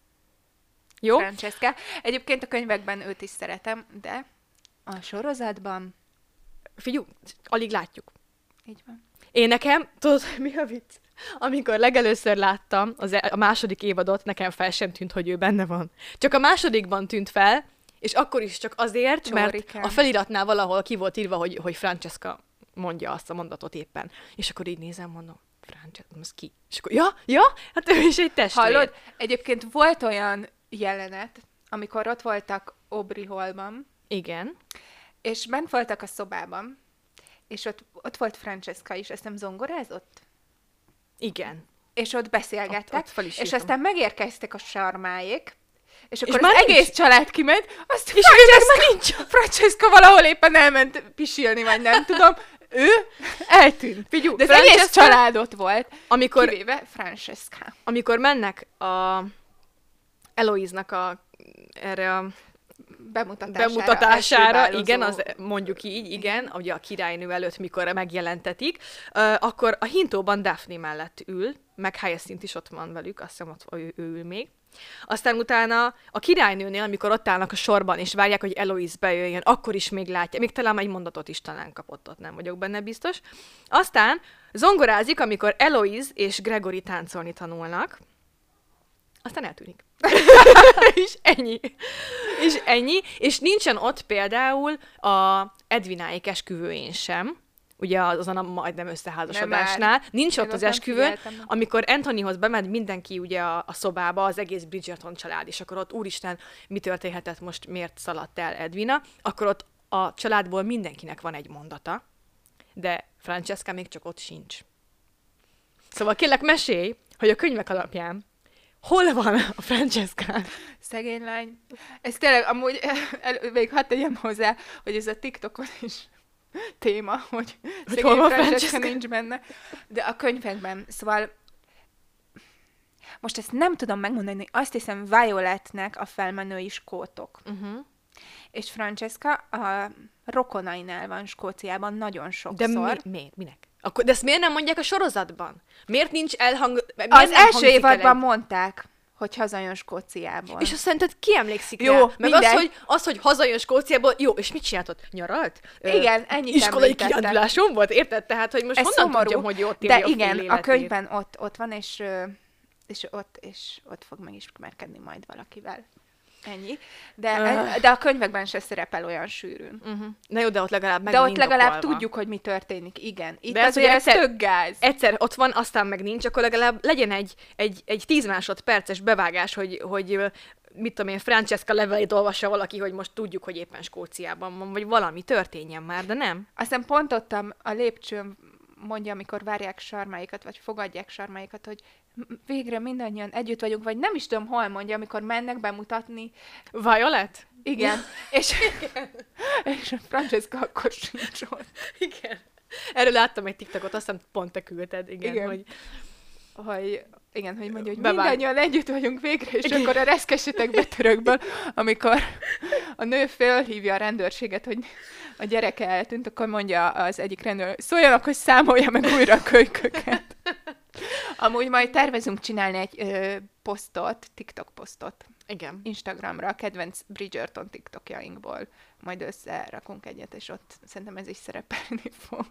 Jó? Francesca. Egyébként a könyvekben őt is szeretem, de a sorozatban... Figyú, alig látjuk. Így van. Én nekem, tudod, mi a vicc? Amikor legelőször láttam az a második évadot, nekem fel sem tűnt, hogy ő benne van. Csak a másodikban tűnt fel, és akkor is csak azért, Csórikán. Mert a feliratnál valahol ki volt írva, hogy, hogy Francesca mondja azt a mondatot éppen. És akkor így nézem, mondom, Francesca, az ki? És akkor, ja, ja, hát ő is egy testvér. Hallod? Egyébként volt olyan jelenet, amikor ott voltak Aubrey Hallban. Igen. És bent voltak a szobában, és ott, ott volt Francesca is, ezt nem zongorázott? Igen. És ott beszélgettek, ott, ott és és aztán megérkeztek a sarmáék, és akkor és az már egész nincs. család kiment, azt és Francesca, már nincs. Francesca valahol éppen elment pisilni, vagy nem tudom, ő eltűnt. Figyú, de az egész család ott volt, amikor, kivéve Francesca. Amikor mennek a Eloise-nak a, erre a bemutatására, bemutatására igen, az mondjuk így, igen, ugye a királynő előtt, mikor megjelentetik, uh, akkor a hintóban Daphne mellett ül, meg Hyacinth is ott van velük, azt hiszem ott ő, ő ül még. Aztán utána a királynőnél, amikor ott állnak a sorban, és várják, hogy Eloise bejöjjön, akkor is még látja, még talán egy mondatot is talán kapott ott, nem vagyok benne biztos. Aztán zongorázik, amikor Eloise és Gregory táncolni tanulnak, aztán eltűnik. És ennyi. És ennyi. És nincsen ott például a Edwináék esküvőjén sem, ugye azon a majdnem összeházasodásnál. Nincs ott az esküvőn, amikor Anthonyhoz bement mindenki ugye a, a szobába, az egész Bridgerton család, és akkor ott úristen, mi történhetett most, miért szaladt el Edwina, akkor ott a családból mindenkinek van egy mondata, de Francesca még csak ott sincs. Szóval kérlek, mesélj, hogy a könyvek alapján Hol van a Francesca? Szegény lány. Ez tényleg amúgy, el, még hadd tegyem hozzá, hogy ez a TikTokon is téma, hogy, hogy szegény hol van Francesca Francesca? nincs benne. De a könyvekben, szóval most ezt nem tudom megmondani, azt hiszem Violetnek a felmenői skótok. Uh-huh. És Francesca a rokonainál van Skóciában nagyon sokszor. De mi, miért? Minek? Akkor, de ezt miért nem mondják a sorozatban? Miért nincs elhang... Miért Az nem első hangzik évadban el egy... mondták, hogy hazajön Skóciából. És azt szerinted ki emlékszik Jó, rá? Meg mindegy. az hogy, az, hogy hazajön Skóciából, jó, és mit csináltott? Nyaralt? Igen, ennyit Iskolai említette. kiránduláson volt, érted? Tehát, hogy most Ez honnan szomorú, tudjam, hogy ott de élje a igen, fél a életét? könyvben ott, ott van, és, ö, és, ott, és ott fog megismerkedni majd valakivel. Ennyi. De, Öh. de a könyvekben se szerepel olyan sűrűn. Uh-huh. Na jó, de ott legalább meg De van ott legalább indokolva. tudjuk, hogy mi történik. Igen. Itt De ez azért ugye ez egyszer- tök gáz. Egyszer ott van, aztán meg nincs, akkor legalább legyen egy, egy, egy tíz másodperces bevágás, hogy, hogy ö, mit tudom én, Francesca levelét olvassa valaki, hogy most tudjuk, hogy éppen Skóciában van, vagy valami történjen már, de nem. Aztán pont ott a, a lépcsőn mondja, amikor várják sarmáikat, vagy fogadják sarmáikat, hogy m- végre mindannyian együtt vagyunk, vagy nem is tudom, hol mondja, amikor mennek bemutatni. Violet? Igen. és, és a Francesca akkor sincs ott. Igen. Erről láttam egy TikTokot, azt hiszem pont te küldted, igen, Igen. hogy Hogy, igen, hogy mondja, hogy Bevág. mindannyian együtt vagyunk végre, és Igen. akkor a reszkesetek betörökből, amikor a nő fölhívja a rendőrséget, hogy a gyereke eltűnt, akkor mondja az egyik rendőr, szóljanak, hogy számolja meg újra a kölyköket. Amúgy majd tervezünk csinálni egy ö, posztot, TikTok posztot igen. Instagramra, a kedvenc Bridgerton TikTokjainkból. Majd összerakunk egyet, és ott szerintem ez is szerepelni fog.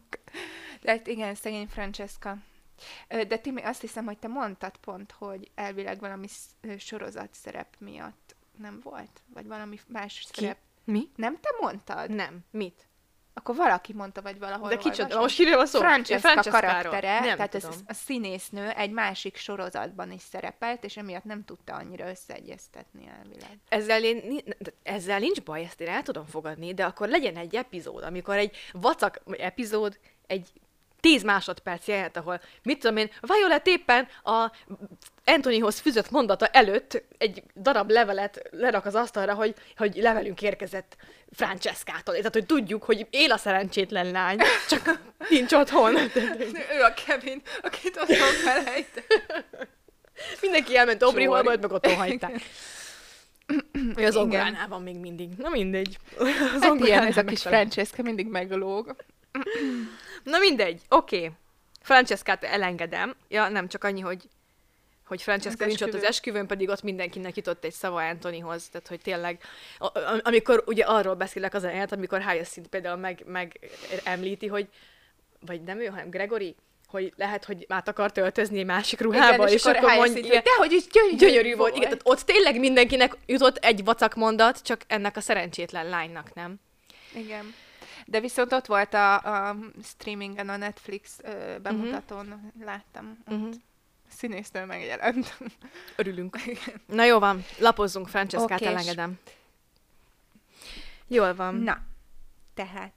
De hát igen, szegény Francesca. Ö, De Timi, azt hiszem, hogy te mondtad pont, hogy elvileg valami sz- ö, sorozat szerep miatt nem volt? Vagy valami más szerep. Mi? Nem te mondtad? Nem. Mit? Akkor valaki mondta, vagy valahol De kicsoda? olvastam. Most kiről van szó? Francesca, Ja, Francescáról. karaktere, Nem tehát ez tudom. a színésznő egy másik sorozatban is szerepelt, és emiatt nem tudta annyira összeegyeztetni elvileg. Ezzel, én, ni- ezzel nincs baj, ezt én el tudom fogadni, de akkor legyen egy epizód, amikor egy vacak vagy epizód, egy tíz másodperc jelent, ahol, mit tudom én, Violet éppen a Anthonyhoz fűzött mondata előtt egy darab levelet lerak az asztalra, hogy, hogy levelünk érkezett Francescától. Tehát, hogy tudjuk, hogy él a szerencsétlen lány, csak nincs otthon. Ő a Kevin, akit otthon felejt. Mindenki elment Aubrey Sorry. Hallba, meg otthon hagyták. Ő az Igen. ogránál van még mindig. Na mindegy. Az Hát ilyen ogránál ez a kis megtalál. Francesca mindig meglóg. Na mindegy, oké. Okay. Francescát elengedem. Ja, nem, csak annyi, hogy hogy Francesca Az nincs ott az esküvőn. esküvőn, pedig ott mindenkinek jutott egy szava Anthonyhoz. Tehát, hogy tényleg, a, a, amikor ugye arról beszélek az elejét, amikor Hyacinth például meg, meg említi, hogy, vagy nem ő, hanem Gregory, hogy lehet, hogy át akart öltözni egy másik ruhába, Igen, és, akkor mondja, Hyacinth, hogy dehogy is gyönyörű, gyönyörű volt. Igen, tehát ott tényleg mindenkinek jutott egy vacak mondat, csak ennek a szerencsétlen lánynak nem. Igen. De viszont ott volt a, a streamingen, a Netflix ö, bemutatón, uh-huh. láttam. Uh-huh. A színésznő megjelent. Örülünk. Na jó van, lapozzunk, Francescát Okés. elengedem. Jól van. Na, tehát.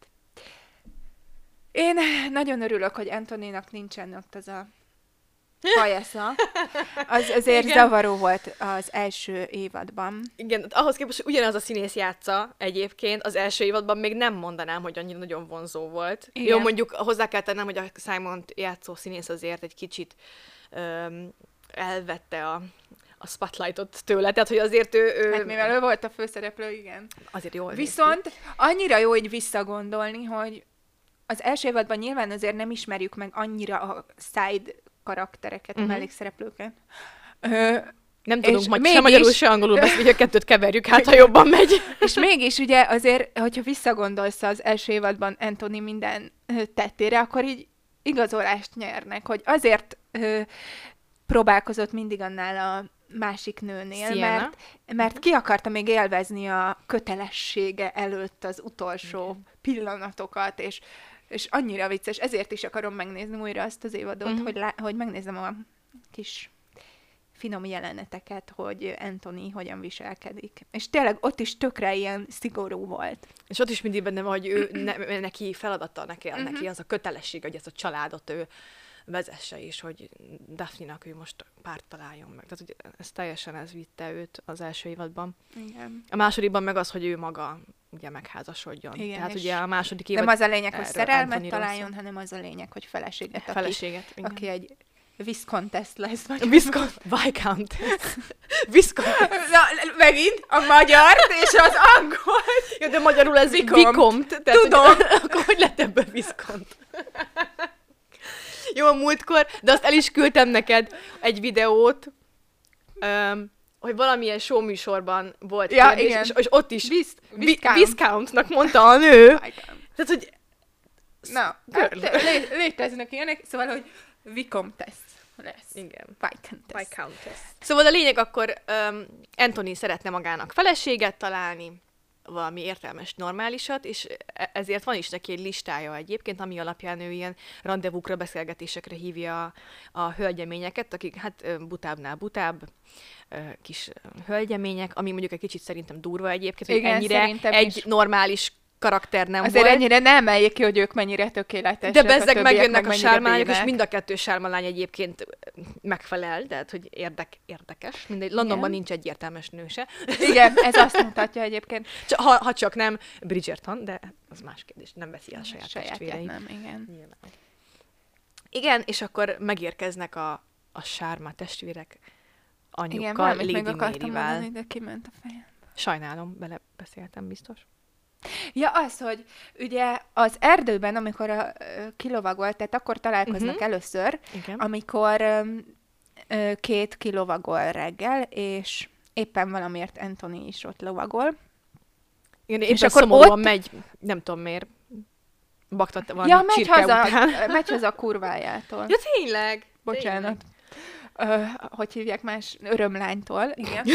Én nagyon örülök, hogy Anthonynak nincsen ott az a pajasza. Az azért Igen. zavaró volt az első évadban. Igen, ahhoz képest, hogy ugyanaz a színész játsza egyébként, az első évadban még nem mondanám, hogy annyira nagyon vonzó volt. Igen. Jó, mondjuk hozzá kell tennem, hogy a Simont játszó színész azért egy kicsit öm, elvette a, a spotlightot tőle, tehát hogy azért ő, ő Hát mivel ő volt a főszereplő, igen. azért jól néz Viszont annyira jó így visszagondolni, hogy az első évadban nyilván azért nem ismerjük meg annyira a side karaktereket, Mhm. uh-huh. a mellékszereplőket. Ö, Nem tudunk És majd mégis- se magyarul, se angolul beszélni, hogy a kettőt keverjük, hát ha jobban megy. és mégis ugye azért, hogyha visszagondolsz az első évadban Anthony minden ö, tettére, akkor így igazolást nyernek, hogy azért ö, próbálkozott mindig annál a másik nőnél, Sienna. mert, mert ki akarta még élvezni a kötelessége előtt az utolsó pillanatokat, és, és annyira vicces, ezért is akarom megnézni újra azt az évadot, Mhm. hogy, lá- hogy megnézem a kis finom jeleneteket, hogy Anthony hogyan viselkedik. És tényleg ott is tökre ilyen szigorú volt. És ott is mindig benne van, hogy ő ne, neki feladata neki, Mhm. neki az a kötelesség, hogy ezt a családot ő vezesse, és hogy Daphne-nak ő most párt találjon meg. Tehát, hogy ez teljesen ez vitte őt az első évadban. Igen. A másodikban meg az, hogy ő maga ugye megházasodjon. Igen, Tehát és ugye a második évad... Nem az a lényeg, hogy erről szerelmet Anthony-ról találjon, szól. hanem az a lényeg, hogy feleséget, aki, Feleséget, igen. aki egy Viscountess lesz. Vagy Viscount... Viscountess. Viscountess. Na, megint a magyar és az angol. Ja, de magyarul ez Vicomte. Vicomte. Tehát, Tudom. Hogy, akkor hogy lett ebből Viscount? Jó, a múltkor, de azt el is küldtem neked egy videót, um, hogy valamilyen show műsorban volt Ja, kérdés, igen. és, és ott is Vis- Vi- Viscount. Viscountnak mondta a nő. Tehát, hogy Na, hát lé- léteznek ilyenek, szóval, hogy Vicomtess lesz. igen. Viscountess. Viscountess. Szóval a lényeg akkor um, Anthony szeretne magának feleséget találni, valami értelmes, normálisat, és e- ezért van is neki egy listája egyébként, ami alapján ő ilyen rendezvúkra, beszélgetésekre hívja a, a hölgyeményeket, akik hát ö, butábbnál butább ö, kis ö, hölgyemények, ami mondjuk egy kicsit szerintem durva egyébként, hogy Igen, ennyire szerintem egy is. normális karakter nem Azért volt. ennyire ne emeljék ki, hogy ők mennyire tökéletesek. De a bezzeg többiek megjönnek meg a mennyire sármányok, és bének. mind a kettő sármalány egyébként megfelel, tehát hogy érdek, érdekes. Mindegy, Londonban Igen. nincs egy értelmes nő se. Igen, ez azt mutatja egyébként. Csak, ha, ha csak nem Bridgerton, de az más kérdés, nem veszi el a saját, Sajátját testvéreit. nem, igen. Nyilván. Igen, és akkor megérkeznek a, a sárma testvérek anyukkal, Igen, valamit Lady meg akartam Maryvel. mondani, de kiment a fejem. Sajnálom, bele beszéltem biztos. Ja, az, hogy ugye az erdőben, amikor a, ö, kilovagolt, tehát akkor találkoznak Mhm. először, Igen. amikor ö, ö, két kilovagol reggel, és éppen valamiért Anthony is ott lovagol. Igen, és és akkor akkor szomorúan ott- megy, nem tudom miért, baktat valami Ja, megy csirke haza, után. megy haza a kurvájától. Ja, tényleg? Bocsánat. Ö, hogy hívják más? Örömlánytól, igen.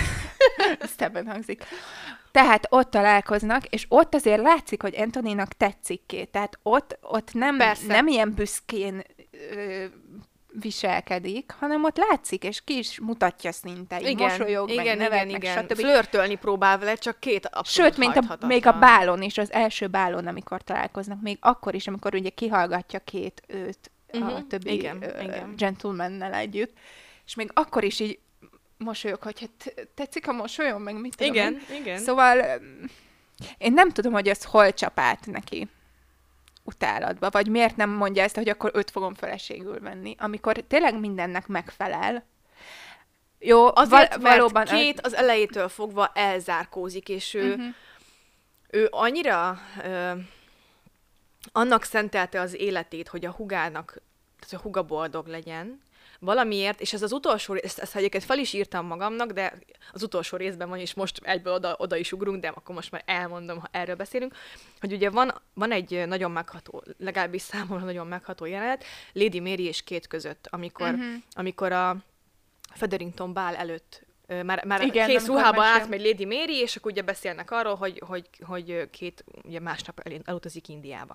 Ez ebben hangzik. Tehát ott találkoznak, és ott azért látszik, hogy Anthonynak tetszik ki. Tehát ott, ott nem, Persze. nem ilyen büszkén ö, viselkedik, hanem ott látszik, és ki is mutatja szinte. Így Igen, mosolyog, igen, meg nevet, igen, meg igen. stb. Flörtölni próbál vele, csak két abszolút Sőt, mint a, hajthatatlan. még a bálon is, az első bálon, amikor találkoznak, még akkor is, amikor ugye kihallgatja két őt uh-huh. a Mhm, többi igen, ö, igen. gentlemannel együtt, és még akkor is így mosolyog, hogy hát tetszik a mosolyom, meg mit tudom Igen, én. igen. Szóval öm, én nem tudom, hogy ez hol csap át neki utálatba, vagy miért nem mondja ezt, hogy akkor őt fogom feleségül venni, amikor tényleg mindennek megfelel. Jó, Azért, val- mert valóban... két az elejétől fogva elzárkózik, és ő, Mhm. ő annyira ö, annak szentelte az életét, hogy a hugának, tehát a huga boldog legyen, valamiért, és ez az utolsó rész, ezt, ezt egyébként fel is írtam magamnak, de az utolsó részben van, és most egyből oda, oda is ugrunk, de akkor most már elmondom, ha erről beszélünk, hogy ugye van, van egy nagyon megható, legalábbis számomra nagyon megható jelenet, Lady Mary és Kate között, amikor, Mhm. amikor a Featherington bál előtt ö, már, már Igen, kész amikor ruhába mesél. átmegy Lady Mary, és akkor ugye beszélnek arról, hogy, hogy, hogy két ugye másnap el, elutazik Indiába.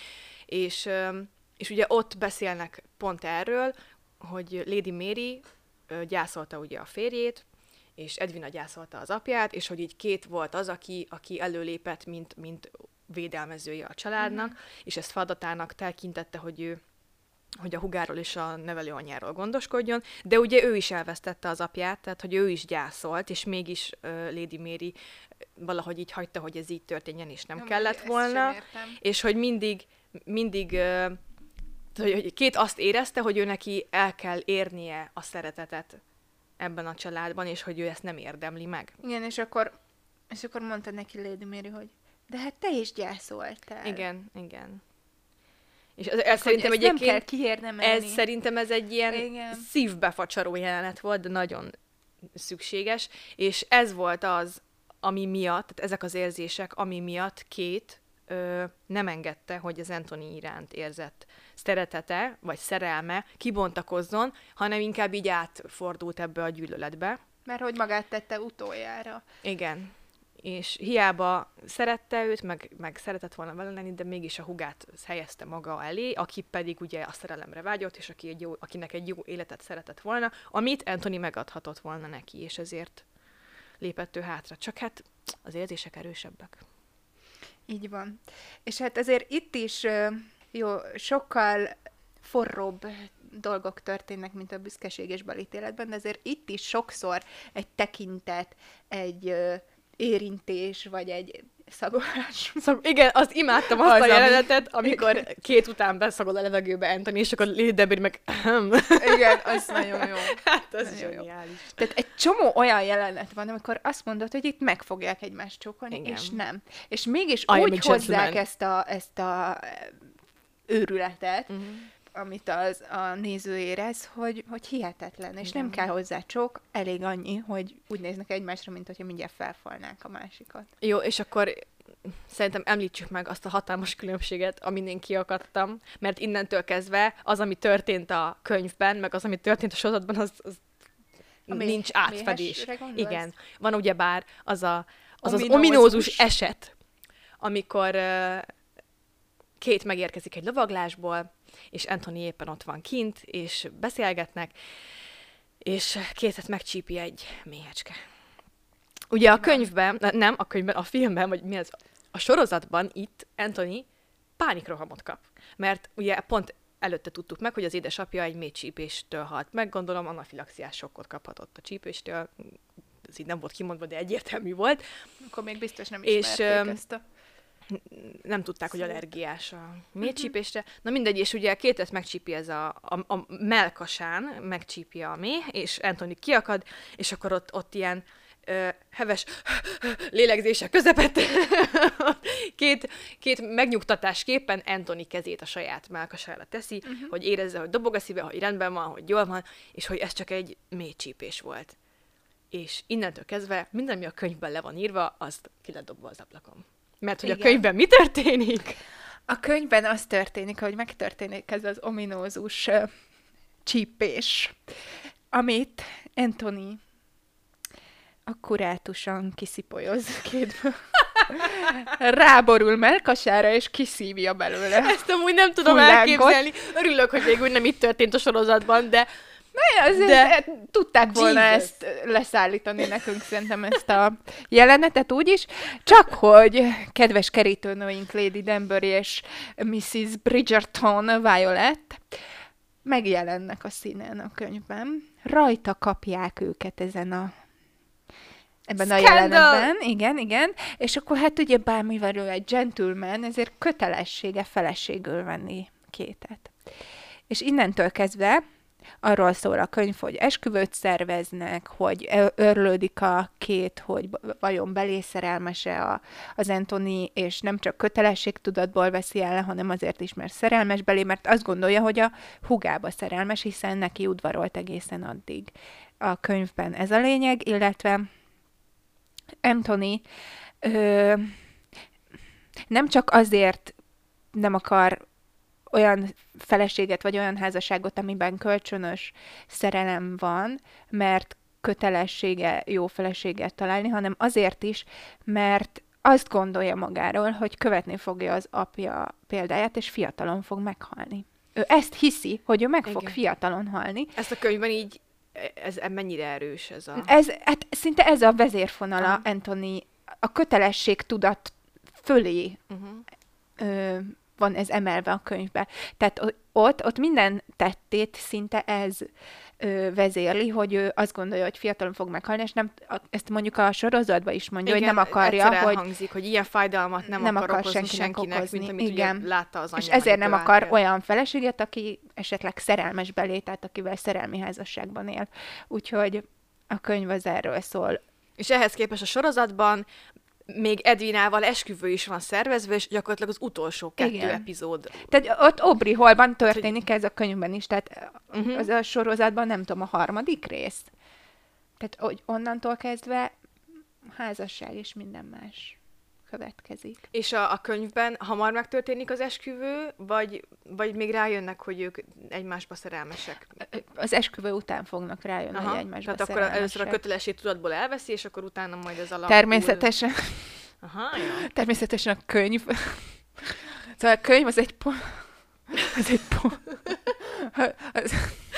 És, ö, és ugye ott beszélnek pont erről, hogy Lady Mary ö, gyászolta ugye a férjét, és Edwina gyászolta az apját, és hogy így Kate volt az, aki, aki előlépett, mint, mint védelmezője a családnak, mm-hmm. és ezt feladatának tekintette, hogy ő hogy a hugáról és a nevelőanyjáról gondoskodjon, de ugye ő is elvesztette az apját, tehát hogy ő is gyászolt, és mégis uh, Lady Mary valahogy így hagyta, hogy ez így történjen, és nem, nem kellett volna, és hogy mindig, mindig uh, hogy, hogy Kate azt érezte, hogy ő neki el kell érnie a szeretetet ebben a családban, és hogy ő ezt nem érdemli meg. Igen, és akkor, és akkor mondta neki Lady Mary, hogy de hát te is gyászoltál. Igen, igen. És ez, ez szerintem ezt nem egyébként... kell kiérdemelni. Ez szerintem ez egy ilyen Igen. szívbefacsaró jelenet volt, de nagyon szükséges, és ez volt az, ami miatt, tehát ezek az érzések, ami miatt Kate ö, nem engedte, hogy az Anthony iránt érzett szeretete, vagy szerelme kibontakozzon, hanem inkább így átfordult ebbe a gyűlöletbe. Mert hogy magát tette utoljára. Igen. És hiába szerette őt, meg, meg szeretett volna vele lenni, de mégis a hugát helyezte maga elé, aki pedig ugye a szerelemre vágyott, és aki egy jó, akinek egy jó életet szeretett volna, amit Anthony megadhatott volna neki, és ezért lépett ő hátra. Csak hát az érzések erősebbek. Így van. És hát azért itt is ö, jó, sokkal forróbb dolgok történnek, mint a büszkeség és belítéletben, de azért itt is sokszor egy tekintet, egy ö, érintés, vagy egy szagolás. Szóval igen, azt imádtam azt Az, a ami- jelenetet, amikor két után beszagol a levegőbe Anthony, és akkor Lily Debbie meg Igen, az nagyon jó. hát az Nagyon jó. zseniális. Tehát egy csomó olyan jelenet van, amikor azt mondod, hogy itt meg fogják egymást csókolni, Igen. és nem. És mégis I am a úgy hozzák gentleman. ezt a, ezt a őrületet, Uh-huh. amit az a néző érez, hogy, hogy hihetetlen, és Igen. nem kell hozzá csók, elég annyi, hogy úgy néznek egymásra, mint hogyha mindjárt felfolnák a másikat. Jó, és akkor szerintem említsük meg azt a hatalmas különbséget, amin én kiakadtam, mert innentől kezdve az, ami történt a könyvben, meg az, ami történt a sorozatban, az, az A méh- nincs átfedés. méhesre gondolsz? Igen. Van ugyebár az a, az, az Ominózus. ominózus eset, amikor uh, Kate megérkezik egy lovaglásból, és Anthony éppen ott van kint, és beszélgetnek, és Kate-et megcsípi egy méhecske. Ugye a könyvben, nem a könyvben, a filmben, vagy mi az, a sorozatban itt Anthony pánikrohamot kap. Mert ugye pont előtte tudtuk meg, hogy az édesapja egy méhcsípéstől halt meg, gondolom anafilaxiás sokkot kaphatott a csípéstől, ez így nem volt kimondva, de egyértelmű volt. Akkor még biztos nem És, ismerték öm, ezt a... Nem tudták, hogy Szóval. allergiás a méhcsípésre. Na mindegy, és ugye Kate-et megcsípi ez a, a, a melkasán, megcsípi a méh, és Anthony kiakad, és akkor ott, ott ilyen ö, heves lélegzése közepette. két, két megnyugtatásképpen Anthony kezét a saját melkasára teszi, uh-huh. hogy érezze, hogy dobog a szíve, hogy rendben van, hogy jól van, és hogy ez csak egy méhcsípés volt. És innentől kezdve minden, ami a könyvben le van írva, azt ki lett dobva az ablakon. Mert hogy Igen. a könyvben mi történik? A könyvben az történik, hogy megtörténik ez az ominózus uh, csípés, amit Anthony akkurátusan kiszipolyoz kétből. Ráborul melkasára, és kiszívja belőle. Ezt amúgy nem tudom Hullánkot. elképzelni. Örülök, hogy végül nem itt történt a sorozatban, de Azért De- de... tudták volna Jesus. ezt leszállítani nekünk, szerintem ezt a jelenetet úgyis. Csak hogy kedves kerítőnőink Lady Danbury és missziz Bridgerton Violet megjelennek a színen a könyvben. Rajta kapják őket ezen a ebben a Scandal! jelenetben. Igen, igen. És akkor hát ugye bármivel ő egy gentleman, ezért kötelessége feleségül venni Kétet. És innentől kezdve arról szól a könyv, hogy esküvőt szerveznek, hogy ö- örlődik a Kate, hogy b- vajon belé szerelmes-e a, az Anthony, és nem csak kötelességtudatból veszi el, hanem azért is, mert szerelmes belé, mert azt gondolja, hogy a húgába szerelmes, hiszen neki udvarolt egészen addig. A könyvben ez a lényeg, illetve Anthony ö, nem csak azért nem akar olyan feleséget, vagy olyan házasságot, amiben kölcsönös szerelem van, mert kötelessége jó feleséget találni, hanem azért is, mert azt gondolja magáról, hogy követni fogja az apja példáját, és fiatalon fog meghalni. Ő ezt hiszi, hogy ő meg fog Igen. fiatalon halni. ezt a könyvben így, ez mennyire erős ez a... Ez, hát szinte ez a vezérfonala Aha. Anthony, a kötelesség tudat fölé Uh-huh. ö, van ez emelve a könyvbe. Tehát o- ott, ott minden tettét szinte ez ö, vezérli, hogy ő azt gondolja, hogy fiatalon fog meghalni, és nem, a, ezt mondjuk a sorozatban is mondja, Igen, hogy nem akarja, egyszer hogy elhangzik, hogy ilyen fájdalmat nem, nem akar, akar okozni senkinek senkinek, okozni. mint amit Igen. ugye látta az és anyja. ezért nem amitől akar átélt. olyan feleséget, aki esetleg szerelmes belé, tehát akivel szerelmi házasságban él. Úgyhogy a könyv az erről szól. És ehhez képest a sorozatban még Edwinával esküvő is van szervezve, és gyakorlatilag az utolsó kettő Igen. epizód. Tehát ott Aubrey Hallban történik ez a könyvben is, tehát Uh-huh. az a sorozatban nem tudom, a harmadik rész. Tehát hogy onnantól kezdve házasság és minden más következik. És a, a könyvben hamar megtörténik az esküvő, vagy, vagy még rájönnek, hogy ők egymásba szerelmesek? Az esküvő után fognak rájönni, hogy egymásba Tehát akkor szerelmesek. először a kötelesség tudatból elveszi, és akkor utána majd ez alapul. Természetesen, Aha, jó. természetesen a könyv. Szóval a könyv az egy pont. Az egy pont. Az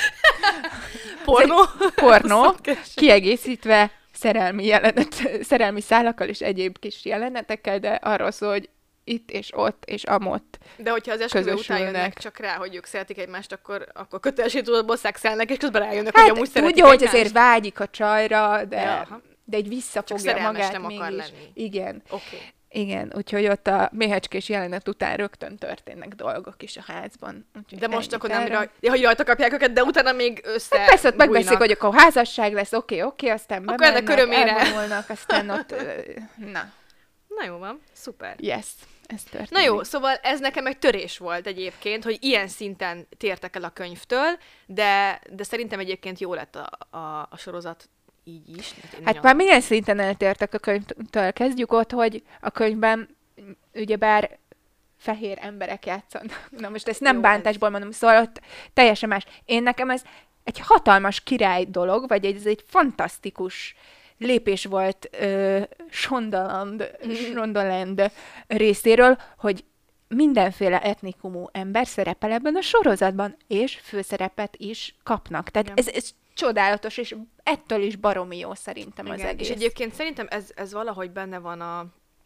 Pornó. pornó, Szóval- kiegészítve szerelmi jelenet, szerelmi szálakkal és egyéb kis jelenetekkel, de arról szól, hogy itt és ott és amott De hogyha az esküvő után közösülnek. jönnek csak rá, hogy ők szeretik egymást, akkor, akkor kötelességtudatból szexelnek, és közben rájönnek, Hát hogy amúgy szeretik tudja, hogy egymást. azért vágyik a csajra, de, Ja, aha. de egy Csak visszafogja szerelmes magát nem akar mégis. lenni. Igen. Oké. Okay. Igen, úgyhogy ott a méhecskés jelenet után rögtön történnek dolgok is a házban. Úgyhogy De most ennyit akkor nem erről. raj... ja, hogy rajta kapják őket, de utána még össze Hát persze, ott megbeszéljük, bújnak. hogy akkor házasság lesz, oké, okay, oké, okay, aztán Akkor ennek bemennek, örömére. elvonulnak, aztán ott, ö, na, Na jó van, szuper. yes, ez történik. Na jó, szóval ez nekem egy törés volt egyébként, hogy ilyen szinten tértek el a könyvtől, de, de szerintem egyébként jó lett a, a, a sorozat így is. Hát nagyon... már milyen szinten eltértek a könyvtől? Kezdjük ott, hogy a könyvben ugyebár fehér emberek játszanak. Na most ezt nem Jó, bántásból mondom, szóval ott teljesen más. Én nekem ez egy hatalmas király dolog, vagy ez egy fantasztikus lépés volt uh, Shondaland, Shondaland részéről, hogy mindenféle etnikumú ember szerepel ebben a sorozatban, és főszerepet is kapnak. Tehát ez, ez csodálatos, és ettől is baromi jó szerintem Igen. az egész. És egyébként szerintem ez, ez valahogy benne van a,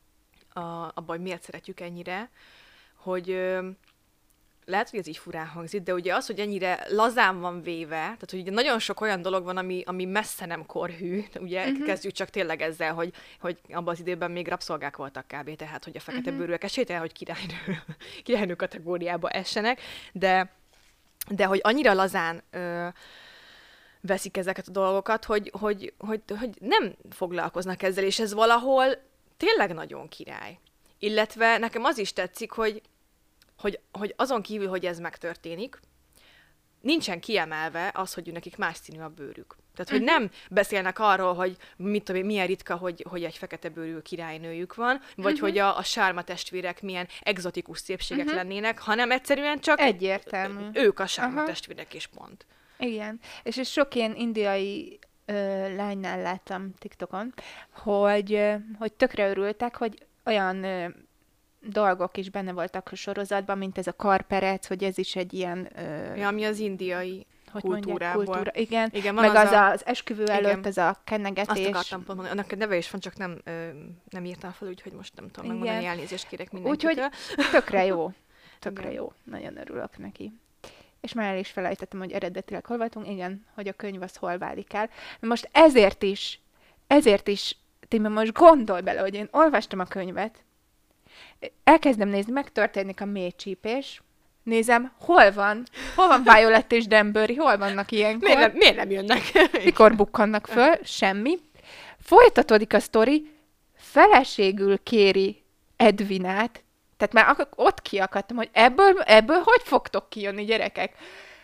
a, abban, hogy miért szeretjük ennyire, hogy ö, lehet, hogy ez így furán hangzik, de ugye az, hogy ennyire lazán van véve, tehát hogy ugye nagyon sok olyan dolog van, ami, ami messze nem korhű, ugye uh-huh. kezdjük csak tényleg ezzel, hogy, hogy abban az időben még rabszolgák voltak kb. Tehát, hogy a fekete uh-huh. bőrűek esélytelen, hogy királynő, királynő kategóriába essenek, de, de hogy annyira lazán ö, veszik ezeket a dolgokat, hogy, hogy, hogy, hogy nem foglalkoznak ezzel, és ez valahol tényleg nagyon király. Illetve nekem az is tetszik, hogy, hogy, hogy azon kívül, hogy ez megtörténik, nincsen kiemelve az, hogy nekik más színű a bőrük. Tehát, hogy nem beszélnek arról, hogy mit tudom én, milyen ritka, hogy, hogy egy fekete bőrű királynőjük van, vagy uh-huh. hogy a, a sárma testvérek milyen egzotikus szépségek uh-huh. lennének, hanem egyszerűen csak egyértelmű. Ők a sárma Aha. testvérek és pont. Igen, és ez sok ilyen indiai ö, lánynál láttam TikTokon, hogy, ö, hogy tökre örültek, hogy olyan ö, dolgok is benne voltak a sorozatban, mint ez a karperec, hogy ez is egy ilyen... Ö, Ja, ami az indiai hogy kultúrából. mondják, kultúra. Igen, Igen, meg az, az, a... az esküvő előtt, igen. ez a kennegetés. Azt akartam pont mondani, annak a neve is van, csak nem, ö, nem írtam fel, úgyhogy most nem tudom Igen. megmondani, elnézést kérek mindenkitől. Úgyhogy tökre jó. Tökre Igen. jó. Nagyon örülök neki. És már el is felejtettem, hogy eredetileg hol voltunk. Igen, hogy a könyv az hol válik el. Most ezért is, ezért is, Timi, most gondolj bele, hogy én olvastam a könyvet, elkezdem nézni, megtörténik a mélycsípés, nézem, hol van, hol van Violet és Danbury, hol vannak ilyenkor. Miért nem, miért nem jönnek? Mikor bukkannak föl? Semmi. Folytatódik a sztori, feleségül kéri Edwinát, tehát már ak- ott kiakadtam, hogy ebből, ebből hogy fogtok kijönni, gyerekek?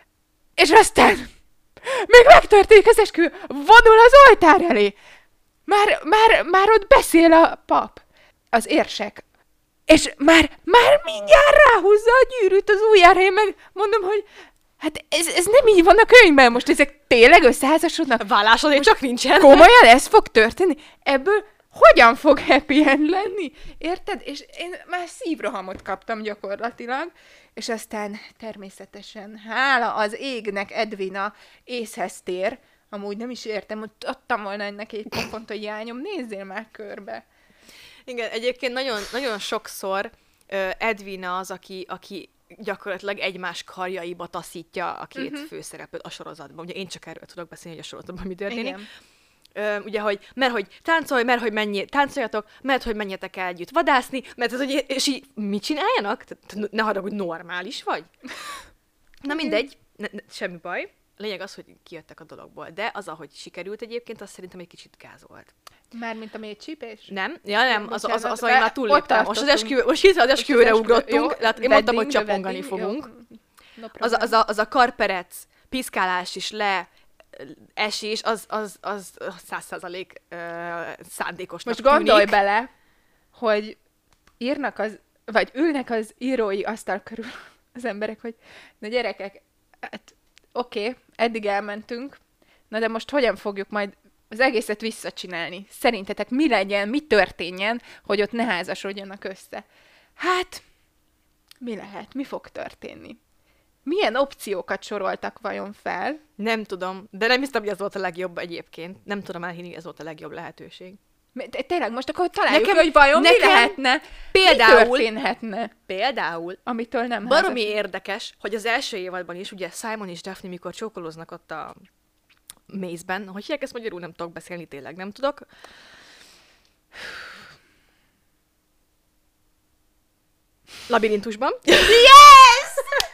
És aztán még megtörténik az esküvő, vonul az oltár elé. Már, már, már ott beszél a pap, az érsek. És már, már mindjárt ráhúzza a gyűrűt az ujjára, én meg mondom, hogy hát ez, ez nem így van a könyvben, most ezek tényleg összeházasodnak? Vállásodé csak nincsen. Komolyan ez fog történni? Ebből hogyan fog happy end lenni? Érted? És én már szívrohamot kaptam gyakorlatilag, és aztán természetesen hála az égnek Edwina észhez tér, amúgy nem is értem, hogy adtam volna ennek egy pofont, hogy jányom, nézzél már körbe. Igen, egyébként nagyon, nagyon sokszor uh, Edwina az, aki, aki gyakorlatilag egymás karjaiba taszítja a két uh-huh. főszereplőt a sorozatban. Ugye én csak erről tudok beszélni, hogy a sorozatban mi történik. Igen. Ö, ugye, hogy mert hogy táncolj, mert hogy mennyi, táncoljatok, mert hogy menjetek el együtt vadászni, mert ez, hogy, és így mit csináljanak? Tehát, ne haragudj, normális vagy? Na mindegy, ne, ne, semmi baj. Lényeg az, hogy kijöttek a dologból. De az, ahogy sikerült egyébként, az szerintem egy kicsit gáz volt. Mármint a mélycsípés? Nem? Ja, nem, az, az, az, az, az már Ott túlléptem. Most az tartottunk. esküvő, most hirtelen az esküvőre Most az esküvő- ugrottunk, jó, tehát én mondtam, hogy wedding, csapongani wedding, fogunk. jó. No Az a, az, a, az a karperec, piszkálás is le, esés, az, az, az száz százalék uh, szándékosnak Most gondolj tűnik. bele, hogy írnak az, vagy ülnek az írói asztal körül az emberek, hogy na gyerekek, hát oké, okay, eddig elmentünk, na de most hogyan fogjuk majd az egészet visszacsinálni? Szerintetek mi legyen, mi történjen, hogy ott ne házasodjanak össze? Hát, mi lehet? Mi fog történni? Milyen opciókat soroltak vajon fel? Nem tudom, de nem hiszem, hogy ez volt a legjobb egyébként. Nem tudom elhinni, hogy ez volt a legjobb lehetőség. Tényleg, most akkor találjuk, Nekem- hogy vajon mi nekem lehetne, például- mi történhetne, Például amitől nem baromi házas. érdekes, hogy az első évadban is, ugye Simon és Daphne, mikor csókolóznak ott a mézben, hogy hívják ezt magyarul, nem tudok beszélni, tényleg nem tudok. Labirintusban. Yes!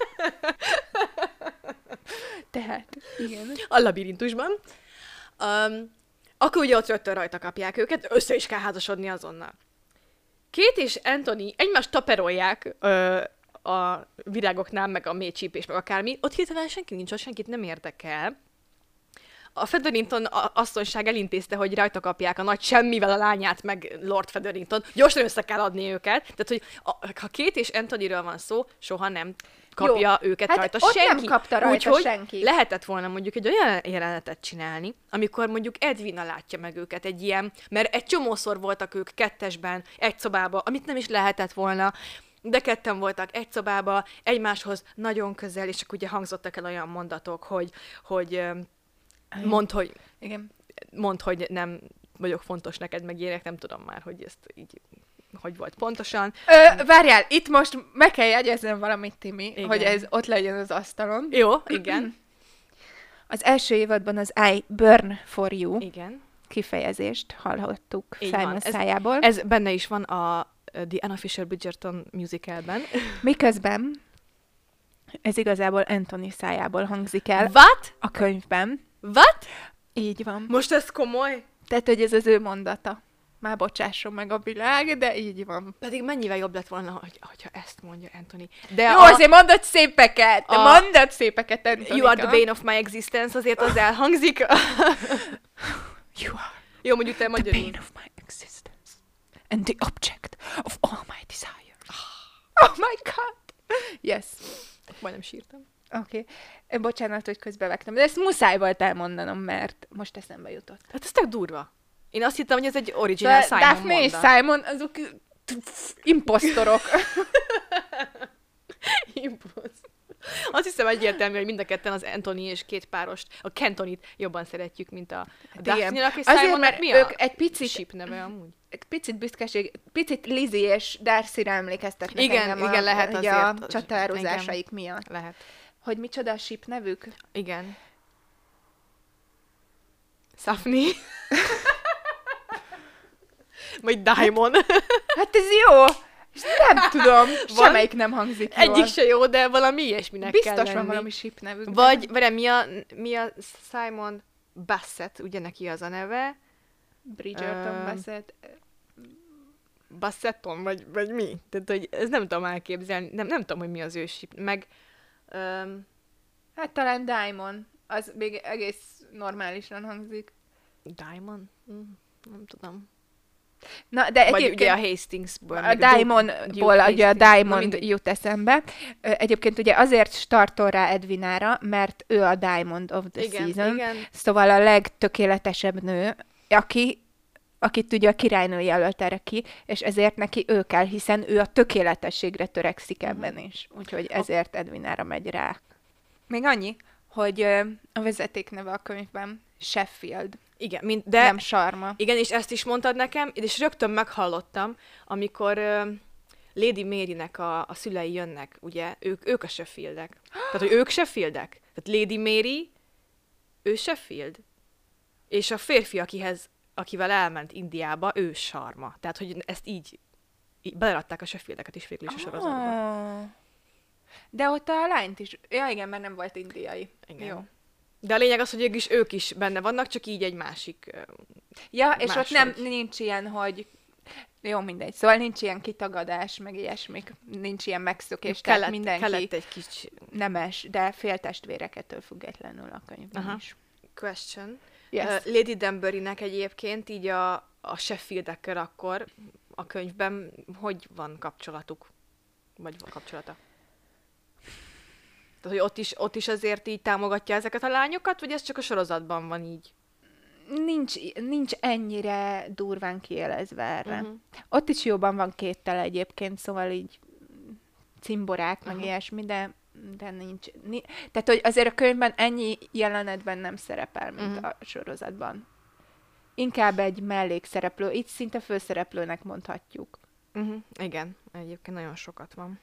Tehát, igen. A labirintusban. Um, akkor ugye ott rögtön rajta kapják őket, össze is kell házasodni azonnal. Kate és Anthony egymást taperolják ö, a virágoknál, meg a mélycsípés, meg akármi. Ott hirtelen senki nincs, ott senkit nem érdekel. A Featherington asszonyság elintézte, hogy rajta kapják a nagy semmivel a lányát, meg Lord Featherington. Gyorsan össze kell adni őket. Tehát, hogy a, ha Kate és Anthonyről van szó, soha nem kapja Jó. őket Hát rajta ott senki. nem kapta rajta Úgyhogy senki. lehetett volna mondjuk egy olyan jelenetet csinálni, amikor mondjuk Edwina látja meg őket egy ilyen, mert egy csomószor voltak ők kettesben, egy szobában, amit nem is lehetett volna, de ketten voltak egy szobában, egymáshoz nagyon közel, és akkor ugye hangzottak el olyan mondatok, hogy, hogy öm, mondd, hogy, Igen. mondd, hogy nem vagyok fontos neked, meg ilyenek, nem tudom már, hogy ezt így, hogy volt pontosan. Ö, várjál, itt most meg kell jegyeznem valamit, Timi, Igen. hogy ez ott legyen az asztalon. Jó, igen. Az első évadban az I burn for you Igen. kifejezést hallhattuk Így Simon van. Ez- szájából. Ez benne is van a The Unofficial Bridgerton musicalben. Miközben ez igazából Anthony szájából hangzik el What? a könyvben. What? Így van. Most ez komoly? Tehát, hogy ez az ő mondata. Már bocsásson meg a világ, de így van. Pedig mennyivel jobb lett volna, hogy, hogyha ezt mondja Anthony. De Jó, a, azért mondod szépeket! a- Mondod szépeket, Antonika. You are the bane of my existence, azért az elhangzik. You are Jó, mondjuk te the magyarul. bane of my existence. And the object of all my desires. Oh my god! Yes. Majdnem sírtam. Oké. Okay. Bocsánat, hogy közbevágtam, de ezt muszáj volt elmondanom, mert most eszembe jutott. Hát ez tök durva. Én azt hittem, hogy ez egy original De Simon Daphne és mondat. Simon, azok imposztorok. Impost. Azt hiszem egyértelmű, hogy mind a ketten az Anthony és két párost, a Kentonit jobban szeretjük, mint a Daphne-nak és Azért, Simonnak. mert Mi ők a egy picit, ship neve amúgy? egy picit büszkeség, picit Lizzie és Darcy-re emlékeztetnek Igen, engem igen, a, lehet ugye azért. a csatározásaik miatt. Lehet. Hogy micsoda a ship nevük? Igen. Safni. Vagy Diamond. Hát ez jó! És nem tudom, Van- semmelyik nem hangzik jól. Egyik se jó, de valami ilyesminek kell Biztos lenni. van valami ship nevük. de Vagy, vagy mi a, mi a Simon Bassett, ugye neki az a neve? Bridgerton Ö, Bassett. Bassetton, vagy, vagy mi? Tehát, hogy ez nem tudom elképzelni, nem, nem tudom, hogy mi az ő ship. Meg um, Hát talán Diamond. Az még egész normálisan hangzik. Diamond? Hm, nem tudom. Na, de Vagy egyébként... ugye a Hastingsből. A meg Duke- Diamondból Duke ugye a Hastings. Na, Diamond mindegy. jut eszembe. Ö, Egyébként ugye azért startol rá Edwinára, mert ő a Diamond of the Igen, Season. igen. Szóval a legtökéletesebb nő, aki, akit ugye a királynő jelölt erre ki, és ezért neki ő kell, hiszen ő a tökéletességre törekszik ebben is. Úgyhogy ezért Edwinára megy rá. Még annyi, hogy ö, a vezetékneve a könyvben Sheffield, Igen, mint, de... de nem Sarma. igen, és ezt is mondtad nekem, és rögtön meghallottam, amikor uh, Lady Marynek a, a szülei jönnek, ugye, ők, ők a Sheffieldek. Tehát, hogy ők Sheffieldek. Tehát Lady Mary, ő Sheffield. És a férfi, akihez, akivel elment Indiába, ő Sarma. Tehát, hogy ezt így, így beleadták a Sheffieldeket is végül is a sorozatba. Ah. De ott a lányt is... Ja igen, mert nem volt indiai. Igen. Jó. De a lényeg az, hogy ők is, ők is benne vannak, csak így egy másik... ö, Ja, és ott Máshogy. nem, nincs ilyen, hogy... Jó, mindegy. Szóval nincs ilyen kitagadás, meg ilyesmik. Nincs ilyen megszökés, tehát kellett, mindenki kellett egy kis nemes, de féltestvérekettől függetlenül a könyvben Aha. is. question. Yes. Uh, Lady Danburynek egyébként így a, a Sheffieldekkel akkor a könyvben hogy van kapcsolatuk? Vagy van kapcsolata? Tehát, hogy ott is, ott is azért így támogatja ezeket a lányokat, vagy ez csak a sorozatban van így? Nincs, nincs ennyire durván kielezve erre. Uh-huh. Ott is jobban van kéttel egyébként, szóval így cimborák, meg Aha. ilyesmi, de, de nincs, ni- Tehát, hogy azért a könyvben ennyi jelenetben nem szerepel, mint Mhm. a sorozatban. inkább egy mellékszereplő. Itt szinte főszereplőnek mondhatjuk. Uh-huh. Igen, egyébként nagyon sokat van.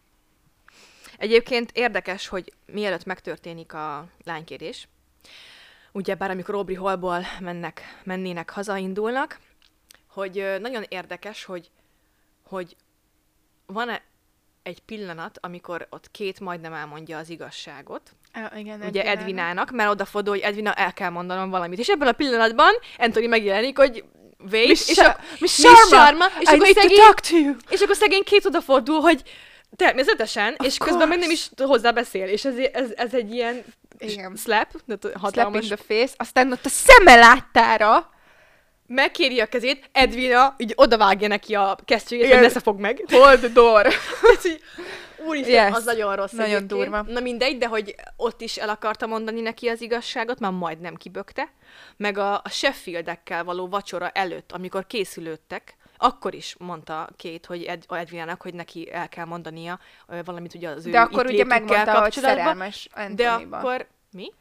Egyébként érdekes, hogy mielőtt megtörténik a lánykérés, ugyebár amikor Aubrey Hallból mennek, mennének, hazaindulnak, hogy nagyon érdekes, hogy, hogy van-e egy pillanat, amikor ott Kate majdnem elmondja az igazságot, Ah, igen, ugye Edwinának, mert odafordul, hogy Edwina, el kell mondanom valamit. És ebben a pillanatban Anthony megjelenik, hogy wait, Miss és, Sha- a, Miss Miss Sharma, Sharma, és I akkor need szegény, to talk to you. és akkor szegény Kate odafordul, hogy természetesen, Of és közben meg nem course. is hozzá beszél, és ez, ez, ez egy ilyen Igen. slap, Slap hatalmas, in the face, aztán ott a szeme láttára, megkéri a kezét, Edwina így odavágja neki a kesztyűjét, Igen. hogy ne szefog meg. hold the door. Ez így, úristen, Yes. az nagyon rossz Nagyon egyébként. durva. Na mindegy, de hogy ott is el akarta mondani neki az igazságot, már majdnem kibökte. Meg a, a Sheffieldekkel való vacsora előtt, amikor készülődtek, akkor is mondta Kate, hogy Ed, Edwinának, hogy neki el kell mondania ö, valamit ugye az ő De akkor itt ugye létükkel megmondta, hogy kapcsolatban. szerelmes De Anthonyba. akkor... Mi?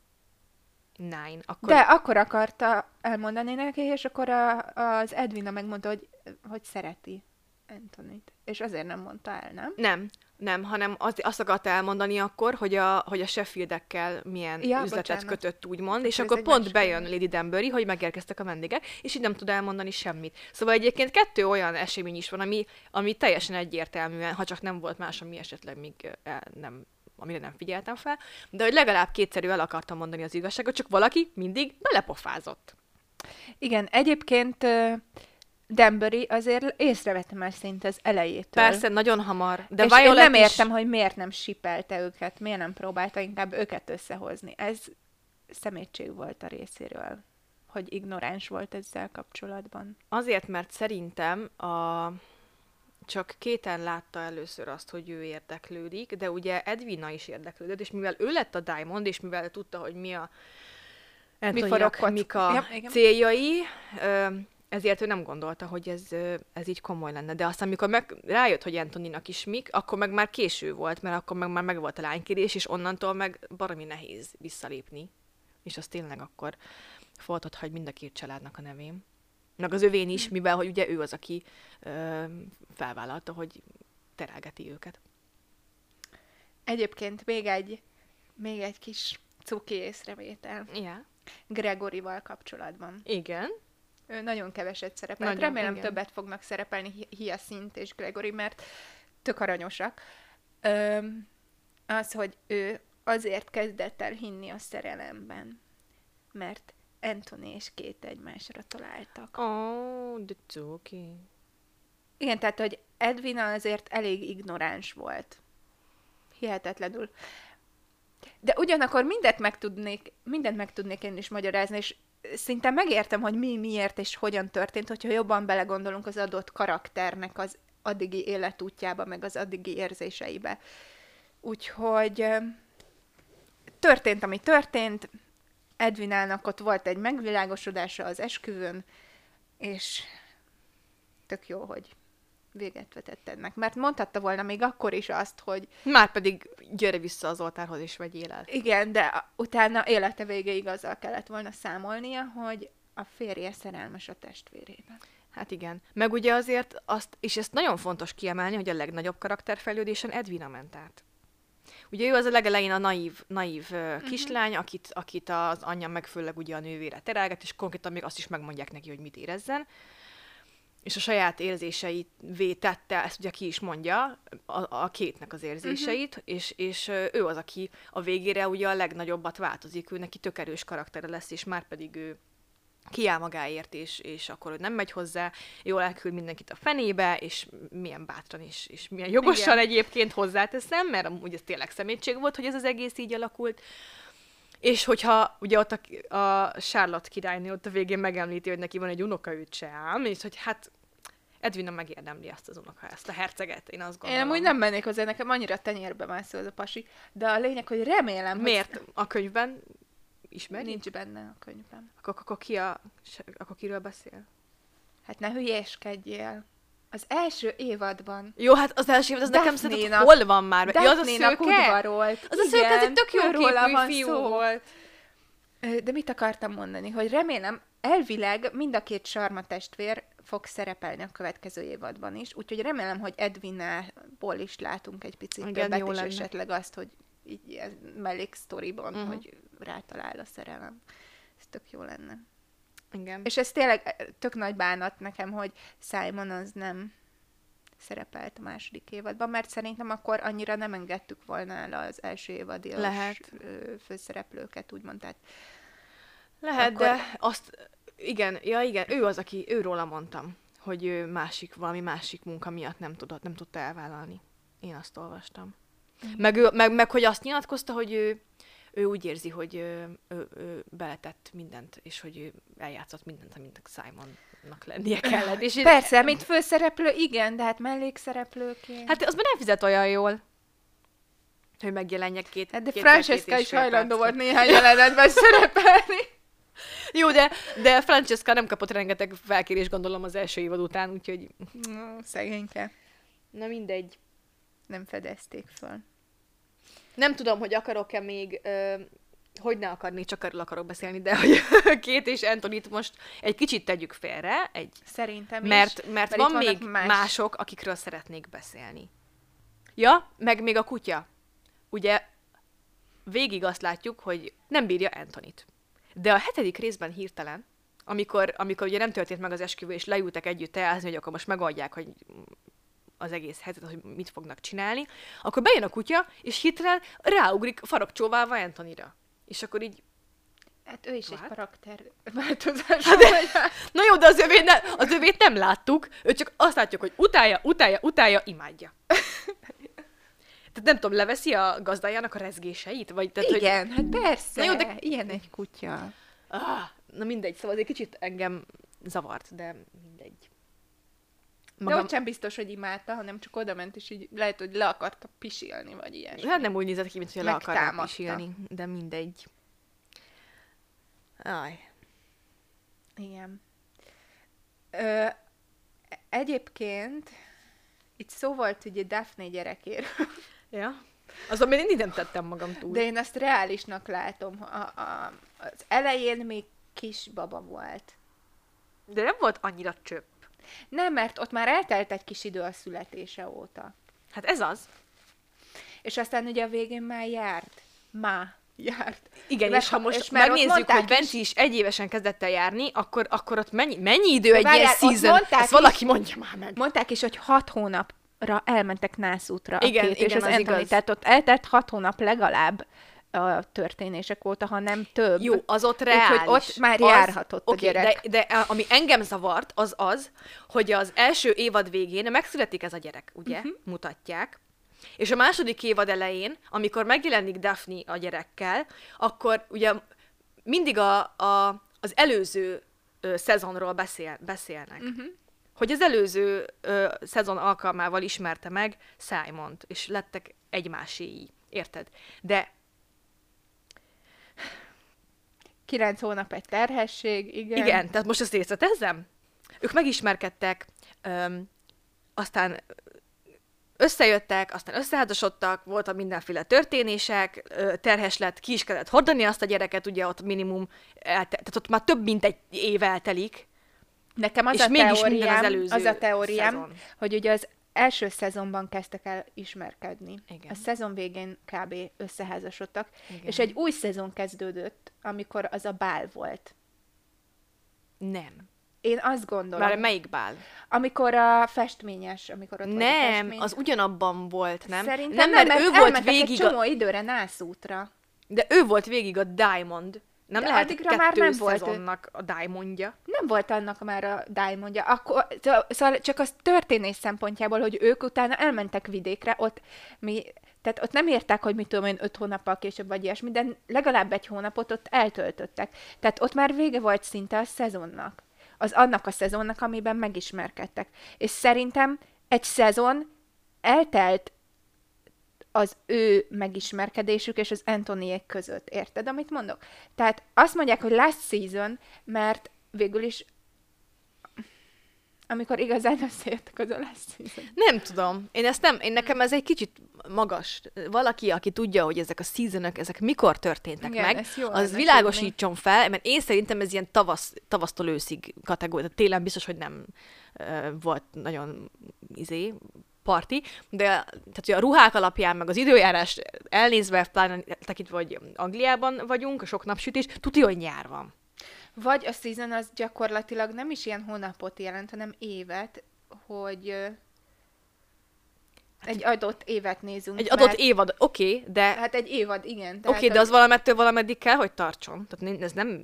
Nine. Akkor... De akkor akarta elmondani neki, és akkor a, az Edwina megmondta, hogy, hogy szereti Anthonyt. És azért nem mondta el, nem? Nem, nem, hanem az, azt akarta elmondani akkor, hogy a, hogy a Sheffieldekkel milyen Ja, üzletet bocsánat. kötött, úgymond, és Ez akkor egy pont másik bejön dolog. Lady Danbury, hogy megérkeztek a vendégek, és így nem tud elmondani semmit. Szóval egyébként kettő olyan esemény is van, ami, ami teljesen egyértelműen, ha csak nem volt más, ami esetleg még eh, nem, amire nem figyeltem fel, de hogy legalább kétszerű el akartam mondani az igazságot, csak valaki mindig belepofázott. Igen, egyébként uh, Danbury azért észrevette már szinte az elejétől. Persze, nagyon hamar, de De és Violet én nem is... értem, hogy miért nem sipelte őket, miért nem próbálta inkább őket összehozni. Ez szemétség volt a részéről, hogy ignoráns volt ezzel kapcsolatban. Azért, mert szerintem a... csak Kéten látta először azt, hogy ő érdeklődik, de ugye Edwina is érdeklődött, és mivel ő lett a Diamond, és mivel tudta, hogy mi a Anthonynak forog mik a Ja, igen. céljai, ö, ezért ő nem gondolta, hogy ez, ö, ez így komoly lenne. De aztán, amikor meg rájött, hogy Anthonynak is mik, akkor meg már késő volt, mert akkor meg már meg volt a lánykérés, és onnantól meg baromi nehéz visszalépni. És az tényleg akkor foltot hagy mind a két családnak a nevén. Meg az övén is, mivel hogy ugye ő az, aki ö, felvállalta, hogy terelgeti őket. Egyébként még egy, még egy kis cuki észrevétel Ja. Gregoryval kapcsolatban. Igen. Ő nagyon keveset szerepelt. Nagyon, Remélem igen. többet fognak szerepelni Hi- Hyacinth és Gregory, mert tök aranyosak. Öm, az, hogy ő azért kezdett el hinni a szerelemben, mert Anthony és Kate egymásra találtak. Oh, de cuki. Igen, tehát, hogy Edwina azért elég ignoráns volt. Hihetetlenül. De ugyanakkor mindent meg tudnék, mindent meg tudnék én is magyarázni, és szinte megértem, hogy mi, miért és hogyan történt, hogyha jobban belegondolunk az adott karakternek az addigi életútjába, meg az addigi érzéseibe. Úgyhogy ö, történt, ami történt, Edwinának ott volt egy megvilágosodása az esküvőn, és tök jó, hogy véget vetett ennek. Mert mondhatta volna még akkor is azt, hogy Már pedig gyere vissza az oltárhoz és vegyél el. igen, de a- utána élete végéig azzal kellett volna számolnia, hogy a férje szerelmes a testvérében. Hát igen. Meg ugye azért azt, és ezt nagyon fontos kiemelni, hogy a legnagyobb karakterfejlődésen Edwina ment át. Ugye ő az a legelején a naív, naív uh, kislány, akit, akit az anyja meg főleg ugye a nővére terelget, és konkrétan még azt is megmondják neki, hogy mit érezzen. És a saját érzéseivé tette, ezt ugye ki is mondja, a, a Kétnek az érzéseit, uh-huh. és, és ö, ő az, aki a végére ugye a legnagyobbat változik, ő neki tök erős karaktere lesz, és már pedig ő kiáll magáért, és, és akkor ő nem megy hozzá, jól elküld mindenkit a fenébe, és milyen bátran is, és milyen jogosan Igen. egyébként hozzáteszem, mert amúgy ez tényleg szemétség volt, hogy ez az egész így alakult. És hogyha ugye ott a, a Charlotte királynő ott a végén megemlíti, hogy neki van egy unokaöccse ám, és hogy hát Edwina megérdemli ezt az unoka, ezt a herceget, én azt Én gondolom. amúgy nem mennék hozzá, nekem annyira tenyérbe mászol az a pasi, de a lényeg, hogy remélem, Miért? hogy A könyvben ismeri? nincs benne a könyvben. Akkor, akkor, ki a, akkor kiről beszél? Hát ne hülyéskedjél. Az első évadban Jó, hát az első évad, az nekem szerintem Daphne-nak- hol van már? Ja, az a Daphne-nak szőke? udvarolt. Az a szőke, ez egy tök jó őróla képű van fiú szó. volt. Ö, De mit akartam mondani? Hogy remélem elvileg mind a két Sharma testvér fog szerepelni a következő évadban is, úgyhogy remélem, hogy Edwinnából is látunk egy picit Igen, többet, jó és lenne. esetleg azt, hogy így ilyen melléksztoriban, Mhm. hogy rátalál a szerelem. Ez tök jó lenne. Igen. És ez tényleg tök nagy bánat nekem, hogy Simon az nem szerepelt a második évadban, mert szerintem akkor annyira nem engedtük volna el az első évadias Lehet. ö, főszereplőket, úgymond. Tehát Lehet, Akkor- de azt, igen, ja igen, ő az, aki, őróla mondtam, hogy ő másik, valami másik munka miatt nem tudott, nem tudta elvállalni. Én azt olvastam. Meg, ő, meg, meg, hogy azt nyilatkozta, hogy ő, ő úgy érzi, hogy ő, ő, ő beletett mindent, és hogy ő eljátszott mindent, amit Simonnak lennie kellett. És én- persze, mint főszereplő, igen, de hát mellékszereplőként. Hát az már nem fizet olyan jól, hogy megjelenjek két Hát de kétszer két Francesca és is fél hajlandó percre. volt néhány jelenetben szerepelni. Jó, de, de Francesca nem kapott rengeteg felkérés, gondolom, az első évad után, úgyhogy No, szegényke. na mindegy. Nem fedezték föl. Nem tudom, hogy akarok-e még, ö, hogy ne akarnék, csak arról akarok beszélni, de hogy Kate és Anthonyt most egy kicsit tegyük félre, egy, Szerintem is. mert, mert, mert van itt vannak még más- mások, akikről szeretnék beszélni. Ja, meg még a kutya. Ugye végig azt látjuk, hogy nem bírja Anthonyt. De a hetedik részben hirtelen, amikor, amikor ugye nem történt meg az esküvő, és leültek együtt teázni, hogy akkor most megoldják, hogy az egész hetet, hogy mit fognak csinálni, akkor bejön a kutya, és hirtelen ráugrik farokcsóválva Anthonyra. És akkor így, Hát ő is What? egy karakter változás. na jó, de az övét, ne, az övét nem láttuk, ő csak azt látjuk, hogy utálja, utálja, utálja, imádja. Tehát nem tudom, leveszi a gazdájának a rezgéseit? Vagy, tehát, Igen, hát persze. Na jó, de- Ilyen egy kutya. Hogy, ah, na mindegy, szóval ez egy kicsit engem zavart, de mindegy. De ott sem biztos, hogy imádta, hanem csak oda ment, és így lehet, hogy le akarta pisilni, vagy ilyesmi. Hát nem úgy nézett ki, mint hogy le akarnak Megtámadta. pisilni, de mindegy. Aj. Igen. Ö, egyébként itt szó volt ugye Daphne gyerekéről, Ja. Azon még mindig nem tettem magam túl. de én azt reálisnak látom. A, a, az elején még kis baba volt. de nem volt annyira csöpp. Nem, mert ott már eltelt egy kis idő a születése óta. Hát ez az. És aztán ugye a végén már járt. Má járt. Igen, Meg és ha ha- most és már ott megnézzük, mondták hogy is- Benci is egy évesen kezdett el járni, akkor, akkor ott mennyi, mennyi idő egy várjál, ilyen ott season? mondták Ezt is- valaki mondja már meg. Mondták is, hogy hat hónapra elmentek nászútra Igen, a két és igen, az az Anthony. igaz. Tehát ott eltelt hat hónap legalább a történések óta, ha nem több. Jó, az ott Úgyhogy reális. ott már Az- járhatott a oké, gyerek. De, de ami engem zavart, az az, hogy az első évad végén megszületik ez a gyerek, ugye? Uh-huh. Mutatják. És a második évad elején, amikor megjelenik Daphne a gyerekkel, akkor ugye mindig a, a, az előző ö, szezonról beszél, beszélnek. Uh-huh. Hogy az előző ö, szezon alkalmával ismerte meg Simont, és lettek egymáséi. Érted? De Kilenc hónap egy terhesség, igen. igen, tehát most ezt részletezzem? Ők megismerkedtek, öm, aztán összejöttek, aztán összeházasodtak, voltak mindenféle történések, ö, terhes lett, ki is kellett hordani azt a gyereket, ugye ott minimum, elte- tehát ott már több mint egy év eltelik. Nekem az És a mégis minden az teóriám, előző az a teóriám, szezon. hogy ugye az első szezonban kezdtek el ismerkedni. Igen. A szezon végén kb. Összeházasodtak, Igen. és egy új szezon kezdődött, amikor az a bál volt. Nem. Én azt gondolom, Már melyik bál? amikor a festményes, amikor ott volt a Nem, festmény. az ugyanabban volt, nem? Szerintem nem, mert ő volt elmentek végig, egy a, csomó időre nászútra. de ő volt végig a Diamond. Nem De lehet addigra kettő már nem volt ő. szezonnak a Diamondja. Nem volt annak már a Diamondja. Akkor, szóval csak az történés szempontjából, hogy ők utána elmentek vidékre, ott mi, tehát ott nem értek, hogy mit tudom én, öt hónappal később vagy ilyesmi, de legalább egy hónapot ott eltöltöttek. Tehát ott már vége volt szinte a szezonnak. Az annak a szezonnak, amiben megismerkedtek. És szerintem egy szezon eltelt az ő megismerkedésük és az Anthonyék között. Érted, amit mondok? Tehát azt mondják, hogy last season, mert végül is Amikor igazán összejöttek az Last Season. Nem tudom. Én ezt nem, én nekem ez egy kicsit magas. Valaki, aki tudja, hogy ezek a seasonok, ezek mikor történtek Igen, meg, ezt jó az lenne világosítson fel, mert én szerintem ez ilyen tavasz, tavasztól őszig kategória. Tehát télen biztos, hogy nem uh, volt nagyon izé, parti, de tehát, hogy a ruhák alapján, meg az időjárás elnézve, pláne tekintve, hogy Angliában vagyunk, a sok napsütés, tudja, hogy nyár van. Vagy a season az gyakorlatilag nem is ilyen hónapot jelent, hanem évet, hogy ö, egy adott évet nézünk. Egy adott mert, évad, oké, okay, de Hát egy évad, igen. oké, tehát, okay, de hogy- az valamettől valameddig kell, hogy tartson. Tehát ez nem...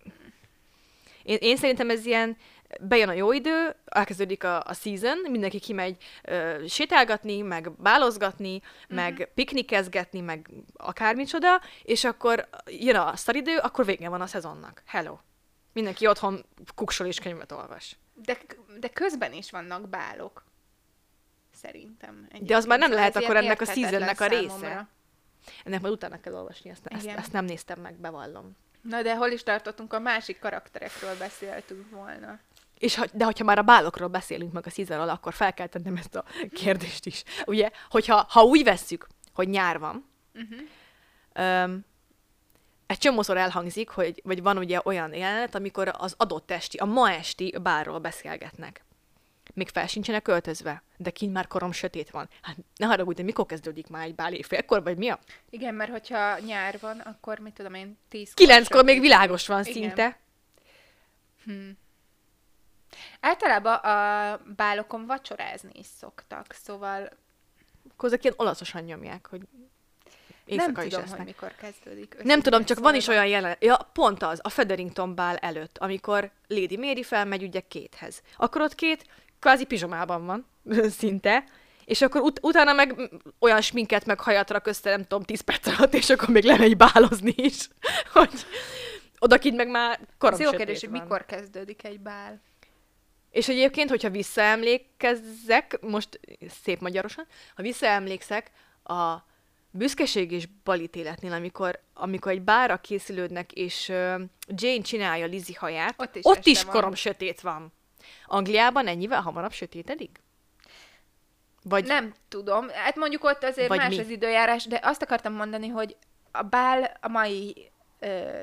Én, én szerintem ez ilyen, bejön a jó idő, elkezdődik a, a season, mindenki kimegy ö, sétálgatni, meg bálozgatni, uh-huh. meg piknikezgetni, meg akármicsoda, és akkor jön a szaridő, akkor vége van a szezonnak. Hello. Mindenki otthon kuksol és könyvet olvas. De, de közben is vannak bálok. Szerintem. De az már nem Szóval lehet ez akkor ilyen ennek a érthetetlen seasonnek a része. számomra. Ennek majd utána kell olvasni, ezt, ezt, Igen. ezt nem néztem meg, bevallom. Na de hol is tartottunk, a másik karakterekről beszéltünk volna. És ha, de hogyha már a bálokról beszélünk meg a seasonról, akkor fel kell tennem ezt a kérdést is. Ugye, hogyha ha úgy vesszük, hogy nyár van, Uh-huh. öm, egy csomószor elhangzik, hogy, vagy van ugye olyan jelenet, amikor az adott esti, a ma esti bálról beszélgetnek. Még fel sincsenek öltözve, de kint már korom sötét van. Hát ne haragudj, de mikor kezdődik már egy bál, éjfélkor, vagy mi a? Igen, mert hogyha nyár van, akkor mit tudom én, tíz Kilenckor még világos van Igen. szinte. Hmm. Általában a bálokon vacsorázni is szoktak, szóval Akkor ezek ilyen olaszosan nyomják, hogy éjszaka nem is tudom, esznek. hogy mikor kezdődik. Nem tudom, csak van is Szóval- olyan jelenet, ja, pont az, a Featherington bál előtt, amikor Lady Mary felmegy ugye Kate-hez. Akkor ott Kate kvázi pizsomában van, szinte, és akkor ut- utána meg mm, olyan sminket meg hajat rak össze, nem tudom, tíz perc alatt, és akkor még lemegy bálozni is, hogy odakint meg már korom Ez jó sötét kérdés, hogy van. mikor kezdődik egy bál. És egyébként, hogyha visszaemlékezzek, most szép magyarosan, ha visszaemlékszek a Büszkeség és balítéletnél, amikor, amikor egy bálra készülődnek, és uh, Jane csinálja Lizzie haját, Ott is ott este is van. korom sötét van. Angliában ennyivel hamarabb sötétedik? Vagy Nem tudom, hát mondjuk ott azért Vagy más mi? az időjárás, de azt akartam mondani, hogy a bál a mai ö,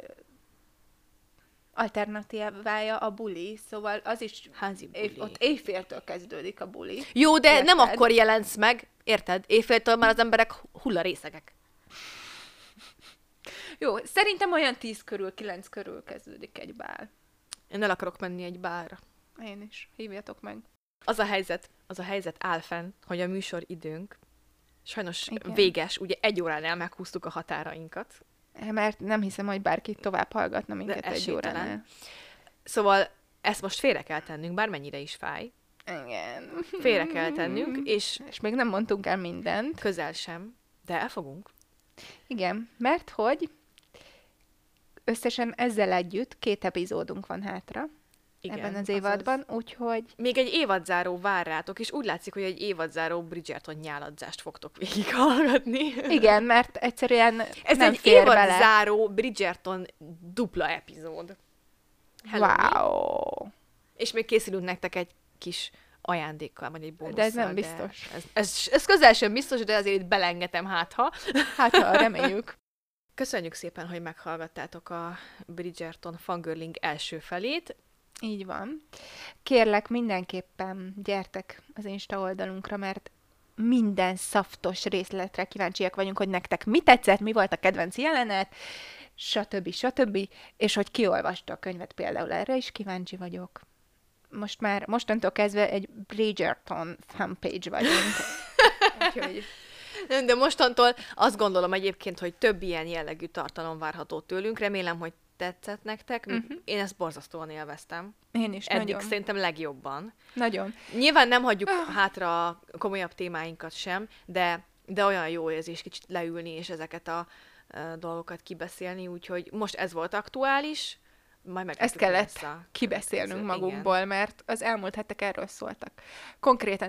alternatívája a buli, szóval az is házi buli. év, ott éjféltől kezdődik a buli. Jó, de nem Érted? akkor jelensz meg, érted? Éjféltől már az emberek hullarészegek. Jó, szerintem olyan tíz körül, kilenc körül kezdődik egy bál. Én el akarok menni egy bálra. Én is. Hívjatok meg. Az a helyzet, az a helyzet áll fenn, hogy a műsor időnk sajnos Igen. véges, ugye egy óránál meghúztuk a határainkat. Mert nem hiszem, hogy bárki tovább hallgatna minket De egy esélytelen. óránál. Szóval ezt most félre kell tennünk, bármennyire is fáj. Igen. Félre kell tennünk, és És még nem mondtunk el mindent. közel sem, de elfogunk. Igen, mert hogy összesen ezzel együtt két epizódunk van hátra Igen, ebben az azaz. évadban, úgyhogy Még egy évadzáró vár rátok, és úgy látszik, hogy egy évadzáró Bridgerton nyáladzást fogtok végighallgatni. igen, mert egyszerűen Ez nem egy fér bele. évadzáró Bridgerton dupla epizód. Hello, mi? Wow! És még készülünk nektek egy kis ajándékkal, vagy egy bónusszal. De ez nem biztos. Ez, ez, ez közel sem biztos, de azért itt belengetem, hát ha. Hát, ha reméljük. Köszönjük szépen, hogy meghallgattátok a Bridgerton fangirling első felét. Így van. Kérlek, mindenképpen gyertek az Insta oldalunkra, mert minden szaftos részletre kíváncsiak vagyunk, hogy nektek mi tetszett, mi volt a kedvenc jelenet, stb. stb. És hogy ki olvasta a könyvet, például erre is kíváncsi vagyok. Most már, mostantól kezdve egy Bridgerton fanpage vagyunk. Úgyhogy De mostantól azt gondolom egyébként, hogy több ilyen jellegű tartalom várható tőlünk. Remélem, hogy tetszett nektek. Uh-huh. Én ezt borzasztóan élveztem. én is Eddig nagyon. szerintem legjobban. Nagyon. Nyilván nem hagyjuk hátra a komolyabb témáinkat sem, de, de olyan jó érzés kicsit leülni és ezeket a, a dolgokat kibeszélni, úgyhogy most ez volt aktuális, majd meg Ezt kellett kibeszélnünk magunkból, mert az elmúlt hetek erről szóltak. Konkrétan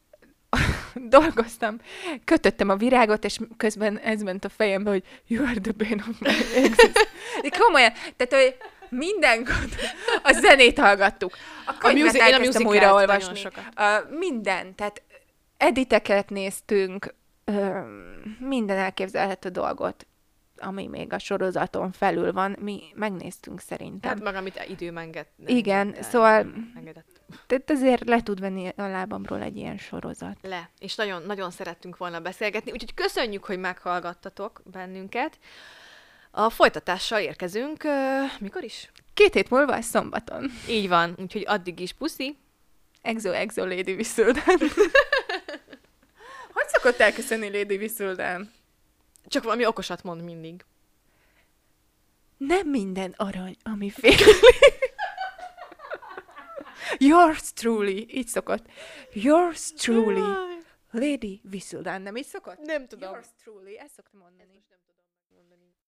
dolgoztam, kötöttem a virágot, és közben ez ment a fejembe, hogy you are the bane of my existence. De komolyan, tehát, hogy Mindenkor a zenét hallgattuk. A könyvet music- én a elkezdtem musicalt nagyon újraolvasni. sokat. Uh, minden, tehát editeket néztünk, uh, minden elképzelhető dolgot, ami még a sorozaton felül van, mi megnéztünk szerintem. Tehát meg, amit időm enged. Igen, engedett- szóval- Engedett. Tehát azért le tud venni a lábamról egy ilyen sorozat. Le. És nagyon, nagyon szerettünk volna beszélgetni, úgyhogy köszönjük, hogy meghallgattatok bennünket. A folytatással érkezünk, uh, mikor is? Két hét múlva szombaton. Így van, úgyhogy addig is puszi. Exo, exo, Lady Whistledown. Hogy szokott elköszönni Lady Whistledown? Csak valami okosat mond mindig. Nem minden arany, ami fél. Yours truly. Így szokott. Yours truly. Lady Whistledown. Nem így szokott? Nem tudom. Yours truly. Ezt szoktam mondani. Nem tudom megmondani.